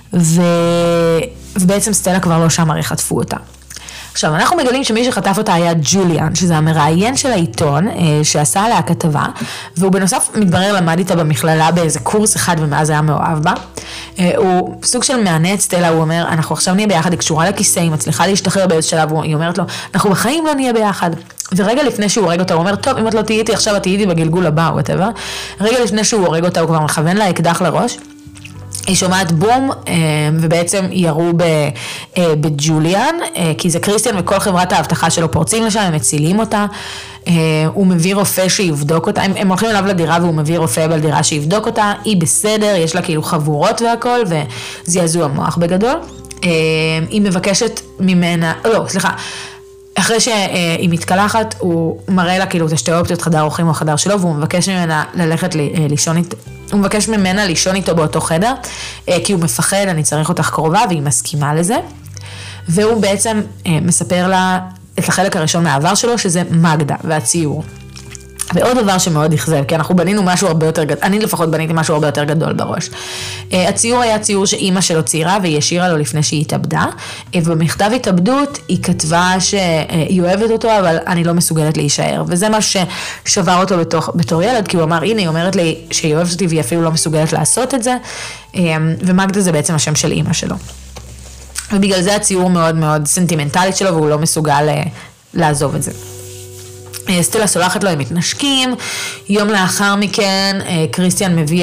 ובעצם סטלה כבר לא שם, הרי חטפו אותה. עכשיו, אנחנו מגלים שמי שחטף אותה היה ג'וליאן, שזה המראיין של העיתון, שעשה עליה כתבה, והוא בנוסף מתברר למד איתה במכללה באיזה קורס אחד, ומאז היה מאוהב בה. הוא סוג של מענה את סטלה, הוא אומר, אנחנו עכשיו נהיה ביחד, היא קשורה לכיסא, היא מצליחה להשתחרר באיזה שלב, היא אומרת לו, אנחנו בחיים לא נהיה ביחד. ורגע לפני שהוא הורג אותה, הוא אומר, טוב, אם את לא תהיי איתי עכשיו, את תהיי איתי בגלגול הבא, whatever. רגע לפני שהוא הורג אותה, הוא כבר מכוון לה אקדח לראש. היא שומעת בום, ובעצם ירו בג'וליאן, כי זה קריסטיאן וכל חברת האבטחה שלו פורצים לשם, הם מצילים אותה, הוא מביא רופא שיבדוק אותה, הם הולכים אליו לדירה והוא מביא רופא בדירה שיבדוק אותה, היא בסדר, יש לה כאילו חבורות והכל, וזעזוע מוח בגדול, היא מבקשת ממנה, לא, סליחה, אחרי שהיא מתקלחת, הוא מראה לה כאילו את השתי אופציות, חדר אורחים או חדר שלו, והוא מבקש ממנה ללכת לישון איתו, הוא מבקש ממנה לישון איתו באותו חדר, כי הוא מפחד, אני צריך אותך קרובה, והיא מסכימה לזה, והוא בעצם מספר לה את החלק הראשון מהעבר שלו, שזה מגדה והציור. ועוד דבר שמאוד נכזב, כי אנחנו בנינו משהו הרבה יותר גדול, אני לפחות בניתי משהו הרבה יותר גדול בראש. הציור היה ציור שאימא שלו ציירה, והיא השאירה לו לפני שהיא התאבדה, ובמכתב התאבדות היא כתבה שהיא אוהבת אותו, אבל אני לא מסוגלת להישאר, וזה מה ששבר אותו בתור ילד, כי הוא אמר, הנה, היא אומרת לי שהיא אוהבת אותי, והיא אפילו לא מסוגלת לעשות את זה, ומגדה זה בעצם השם של אימא שלו. ובגלל זה הציור מאוד מאוד סנטימנטלית שלו, והוא לא מסוגל לעזוב את זה. סטלה סולחת לו, הם מתנשקים, יום לאחר מכן קריסטיאן מביא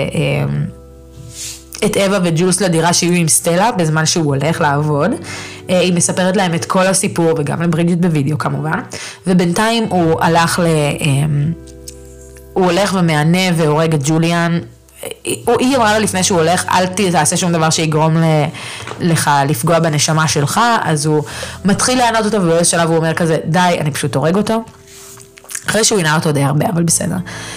את אווה וג'ולס לדירה שיהיו עם סטלה, בזמן שהוא הולך לעבוד, היא מספרת להם את כל הסיפור, וגם לברידג'יט בווידאו כמובן, ובינתיים הוא הולך ומענה והורג את ג'וליאן, היא אמרה לו לפני שהוא הולך, אל תעשה שום דבר שיגרום לך לפגוע בנשמה שלך, אז הוא מתחיל לענות אותו, ובאיזה שלב הוא אומר כזה, די, אני פשוט הורג אותו. אחרי שהוא עינה אותו די הרבה, אבל בסדר.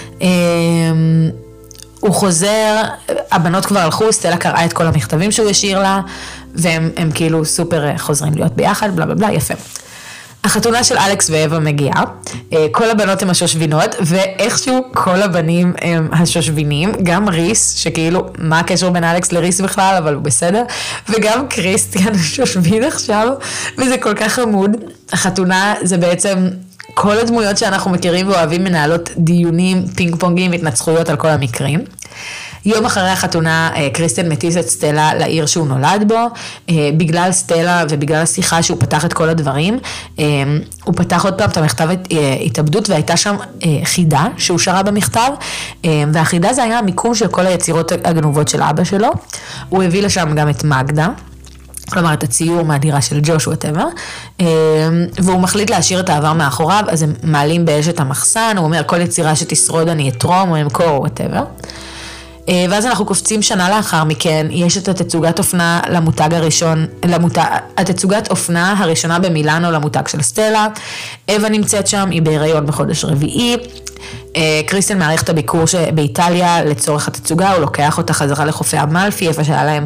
הוא חוזר, הבנות כבר הלכו, סטלה קראה את כל המכתבים שהוא השאיר לה, והם כאילו סופר חוזרים להיות ביחד, בלה בלה בלה, יפה. החתונה של אלכס ואווה מגיעה, כל הבנות הן השושבינות, ואיכשהו כל הבנים הם השושבינים, גם ריס, שכאילו, מה הקשר בין אלכס לריס בכלל, אבל הוא בסדר, וגם קריסטיאן השושבין עכשיו, וזה כל כך חמוד. החתונה זה בעצם כל הדמויות שאנחנו מכירים ואוהבים מנהלות דיונים, פינג פונגים, התנצחויות על כל המקרים. יום אחרי החתונה, קריסטיאן מטיס את סטלה לעיר שהוא נולד בו, בגלל סטלה ובגלל השיחה שהוא פתח את כל הדברים, הוא פתח עוד פעם את המכתב התאבדות, והייתה שם חידה שהוא שרה במכתב, והחידה זה היה המיקום של כל היצירות הגנובות של אבא שלו, הוא הביא לשם גם את מגדה, כלומר את הציור מהדירה של ג'וש וואטאבר, והוא מחליט להשאיר את העבר מאחוריו, אז הם מעלים באש את המחסן, הוא אומר כל יצירה שתשרוד אני אתרום או אמכור או וואטאבר, ואז אנחנו קופצים שנה לאחר מכן, יש את התצוגת אופנה למותג הראשון, התצוגת אופנה הראשונה במילאנו למותג של סטלה, אווה נמצאת שם, היא בהיריון בחודש רביעי, קריסטיאן מעריך את הביקור באיטליה לצורך התצוגה, הוא לוקח אותה חזרה לחופי אמלפי, איפה שהיה להם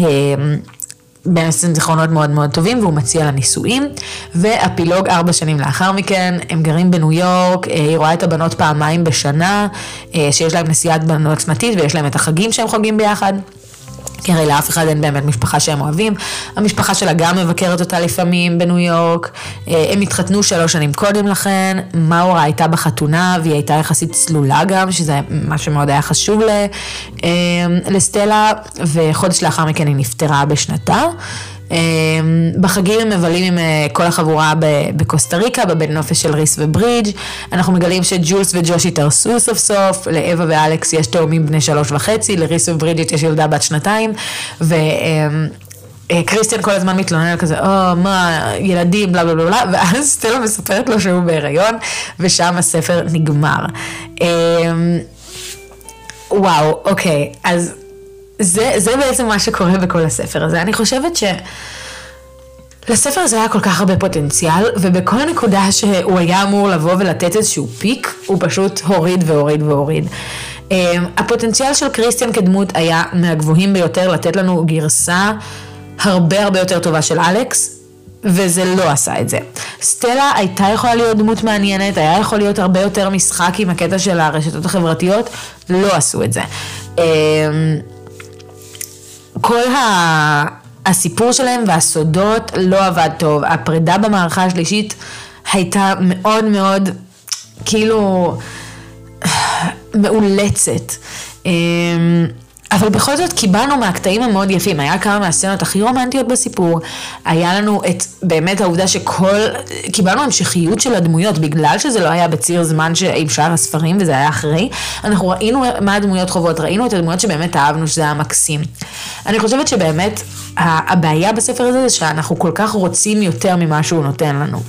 באמת זיכרונות מאוד מאוד טובים, והוא מציע לנישואים, ואפילוג 4 שנים לאחר מכן, הם גרים בניו יורק, היא רואה את הבנות פעמיים בשנה, שיש להם נסיעת בנות שנתית, ויש להם את החגים שהם חוגים ביחד, כי הרי לאף אחד אין באמת משפחה שהם אוהבים, המשפחה שלה גם מבקרת אותה לפעמים בניו יורק, הם התחתנו 3 שנים קודם לכן, מאורה הייתה בחתונה, והיא הייתה יחסית צלולה גם, שזה מה שמאוד היה חשוב לסטלה, וחודש לאחר מכן היא נפטרה בשנתה, בחגים הם מבלים עם כל החבורה בקוסטה ריקה, בבית נופש של ריס וברידג', אנחנו מגלים שג'ולס וג'וש התארסו סוף סוף, לאווה ואלכס יש תאומים בני 3.5, לריס וברידג' יש ילדה בת 2, קריסטיאן כל הזמן מתלונן כזה, מה, ילדים, בלה בלה בלה, ואז סטלה מספרת לו שהוא בהיריון, ושם הספר נגמר. וואו, אוקיי, אז זה בעצם מה שקורה בכל הספר הזה. אני חושבת לספר הזה היה כל כך הרבה פוטנציאל, ובכל נקודה שהוא היה אמור לבוא ולתת איזשהו פיק, הוא פשוט הוריד והוריד והוריד. הפוטנציאל של קריסטיאן כדמות היה מהגבוהים ביותר, לתת לנו גרסה הרבה הרבה יותר טובה של אלכס, וזה לא עשה את זה. סטלה הייתה יכולה להיות דמות מעניינת, היה יכול להיות הרבה יותר משחק עם הקטע של הרשתות החברתיות, לא עשו את זה. כל הסיפור שלהם והסודות לא עבד טוב. הפרידה במערכה השלישית הייתה מאוד מאוד כאילו מאולצת. אבל בכל זאת קיבלנו מהקטעים המאוד יפים, היה כמה מהסצנות הכי רומנטיות בסיפור, היה לנו את באמת העובדה קיבלנו המשכיות של הדמויות, בגלל שזה לא היה בציר זמן עם שאר הספרים וזה היה אחרי, אנחנו ראינו מה הדמויות חובות, ראינו את הדמויות שבאמת אהבנו, שזה היה מקסים. אני חושבת שבאמת הבעיה בספר הזה זה שאנחנו כל כך רוצים יותר ממה שהוא נותן לנו.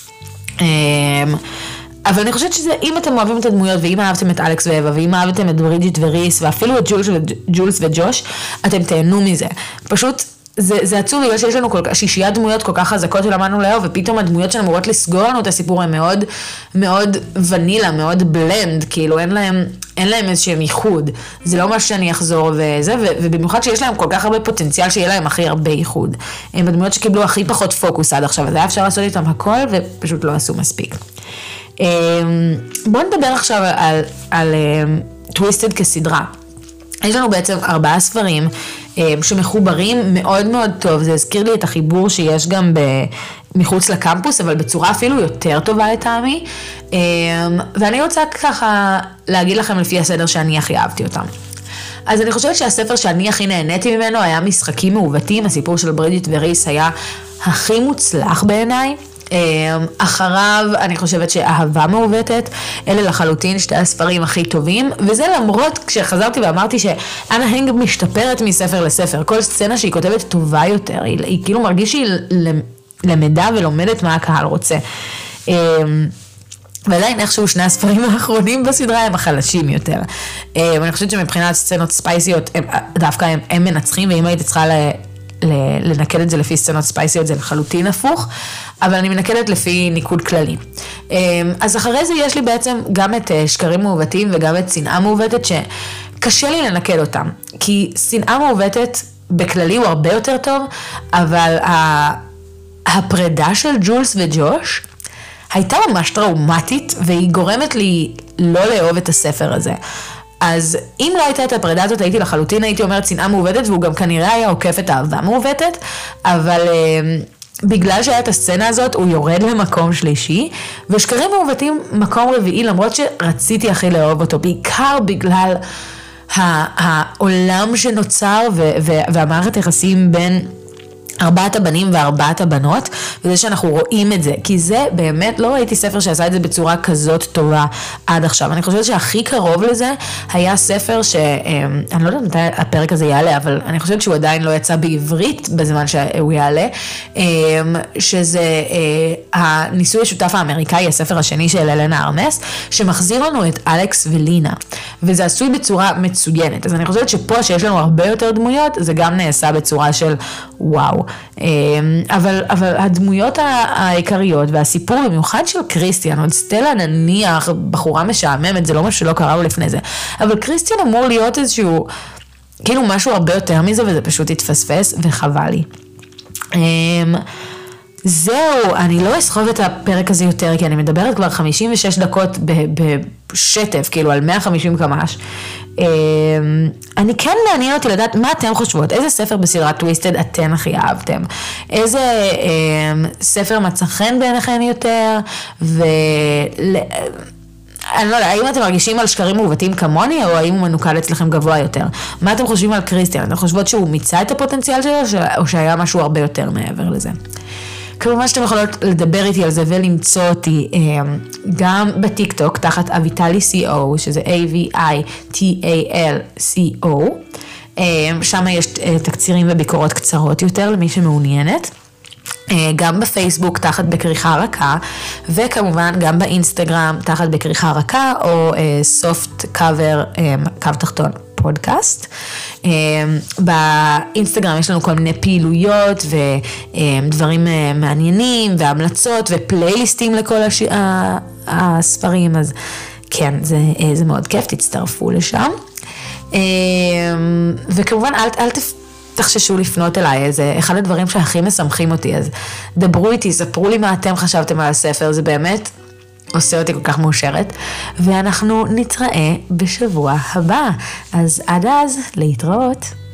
אבל אני חושבת שזה, אם אתם אוהבים את הדמויות, ואם אהבתם את אלכס ואווה, ואם אהבתם את ברידג'יט וריס, ואפילו את ג'ולס וג'וש, אתם תהנו מזה. פשוט זה עצוב בגלל שיש לנו שישיית דמויות כל כך חזקות שלמדנו לאהוב, ופתאום הדמויות שהן אמורות לסגור לנו את הסיפור הן מאוד, מאוד ונילה, מאוד בלנד, כאילו אין להם איזשהם ייחוד. זה לא מה שאני אחזור וזה, ובמיוחד שיש להם כל כך הרבה פוטנציאל שיהיה להם הכי הרבה ייחוד. הם הדמויות שקיבלו הכי פחות פוקוס עד עכשיו, אז היה אפשר לעשות איתם הכל ופשוט לא עשו מספיק. בואו נדבר עכשיו על טוויסטד כסדרה. יש לנו בעצם 4 ספרים שמחוברים מאוד מאוד טוב, זה הזכיר לי את החיבור שיש גם מחוץ לקמפוס, אבל בצורה אפילו יותר טובה לטעמי, ואני רוצה ככה להגיד לכם לפי הסדר שאני הכי אהבתי אותם. אז אני חושבת שהספר שאני הכי נהניתי ממנו היה משחקים מעוותים, הסיפור של ברידג'יט וריס היה הכי מוצלח בעיניי, אחריו אני חושבת שאהבה מעוותת, אלה לחלוטין 2 הספרים הכי טובים, וזה למרות כשחזרתי ואמרתי שאנה הנג משתפרת מספר לספר, כל סצנה שהיא כותבת טובה יותר, היא כאילו מרגיש שהיא למדה ולומדת מה הקהל רוצה. ועדיין איכשהו 2 הספרים האחרונים בסדרה הם החלשים יותר. אני חושבת שמבחינת סצנות ספייסיות, דווקא הם מנצחים, ואם הייתי צריכה לנקד את זה לפי סצנות ספייסיות, זה לחלוטין הפוך, אבל אני מנקדת לפי ניקוד כללי. אז אחרי זה יש לי בעצם גם את שקרים מעוותים וגם את שנאה מעוותת, שקשה לי לנקד אותם, כי שנאה מעוותת בכללי הוא הרבה יותר טוב, אבל הפרידה של ג'ולס וג'וש הייתה ממש טראומטית, והיא גורמת לי לא לאהוב את הספר הזה. אז אם לא הייתה את הפרידה הזאת, לחלוטין הייתי אומרת שנאה מעוותת, והוא גם כנראה היה עוקף את אהבה מעוותת, אבל בגלל שהיה את הסצנה הזאת, הוא יורד למקום שלישי, ושקרים מעוותים מקום רביעי, למרות שרציתי הכי לאהוב אותו, בעיקר בגלל העולם שנוצר, והמערכת יחסים בין 4 הבנים ו4 הבנות, וזה שאנחנו רואים את זה, כי זה באמת, לא ראיתי ספר שעשה את זה בצורה כזאת טובה עד עכשיו. אני חושבת שהכי קרוב לזה היה ספר אני לא יודעת מתי הפרק הזה יעלה, אבל אני חושבת שהוא עדיין לא יצא בעברית בזמן שהוא יעלה, שזה הניסוי השותף האמריקאי, הספר השני של אלנה ארנס, שמחזיר לנו את אלכס ולינה, וזה עשוי בצורה מצוינת. אז אני חושבת שפה שיש לנו הרבה יותר דמויות, זה גם נעשה בצורה של וואו. אבל הדמויות העיקריות והסיפור במיוחד של קריסטיאן, עוד סטלה נניח בחורה משעממת, זה לא משהו שלא קרה לו לפני זה, אבל קריסטיאן אמור להיות איזשהו כאילו משהו הרבה יותר מזה, וזה פשוט התפספס וחבל לי. זהו, אני לא אסחוב את הפרק הזה יותר, כי אני מדברת כבר 56 דקות בשטף, כאילו על 150 קמ"ש. אני כן מעניין אותי לדעת מה אתם חושבות, איזה ספר בסדרת טוויסטד אתן הכי אהבתם, איזה ספר מצא חן בעיניכם יותר, אני לא יודע, האם אתם מרגישים על שקרים מעוותים כמוני, או האם הוא מנוקד אצלכם גבוה יותר? מה אתם חושבים על קריסטיאן? אתם חושבות שהוא מיצה את הפוטנציאל שלו, או שהיה משהו הרבה יותר מעבר לזה? כמובן שאתם יכולות לדבר איתי על זה ולמצוא אותי גם בטיקטוק תחת אביטלי CO, שזה AVITALCO, שם יש תקצירים וביקורות קצרות יותר למי שמעוניינת, גם בפייסבוק תחת בכריכה רכה, וכמובן גם באינסטגרם תחת בכריכה רכה, או סופט קאבר, קו תחתון פודקאסט. באינסטגרם יש לנו כל מיני פעילויות ודברים מעניינים והמלצות ופלייליסטים לכל הספרים, אז כן, זה מאוד כיף, תצטרפו לשם. וכמובן אל תחששו לפנות אליי, זה אחד הדברים שהכי משמחים אותי, אז דברו איתי, ספרו לי מה אתם חשבתם על הספר, זה באמת עושה אותי כל כך מאושרת, ואנחנו נתראה בשבוע הבא, אז עד אז להתראות.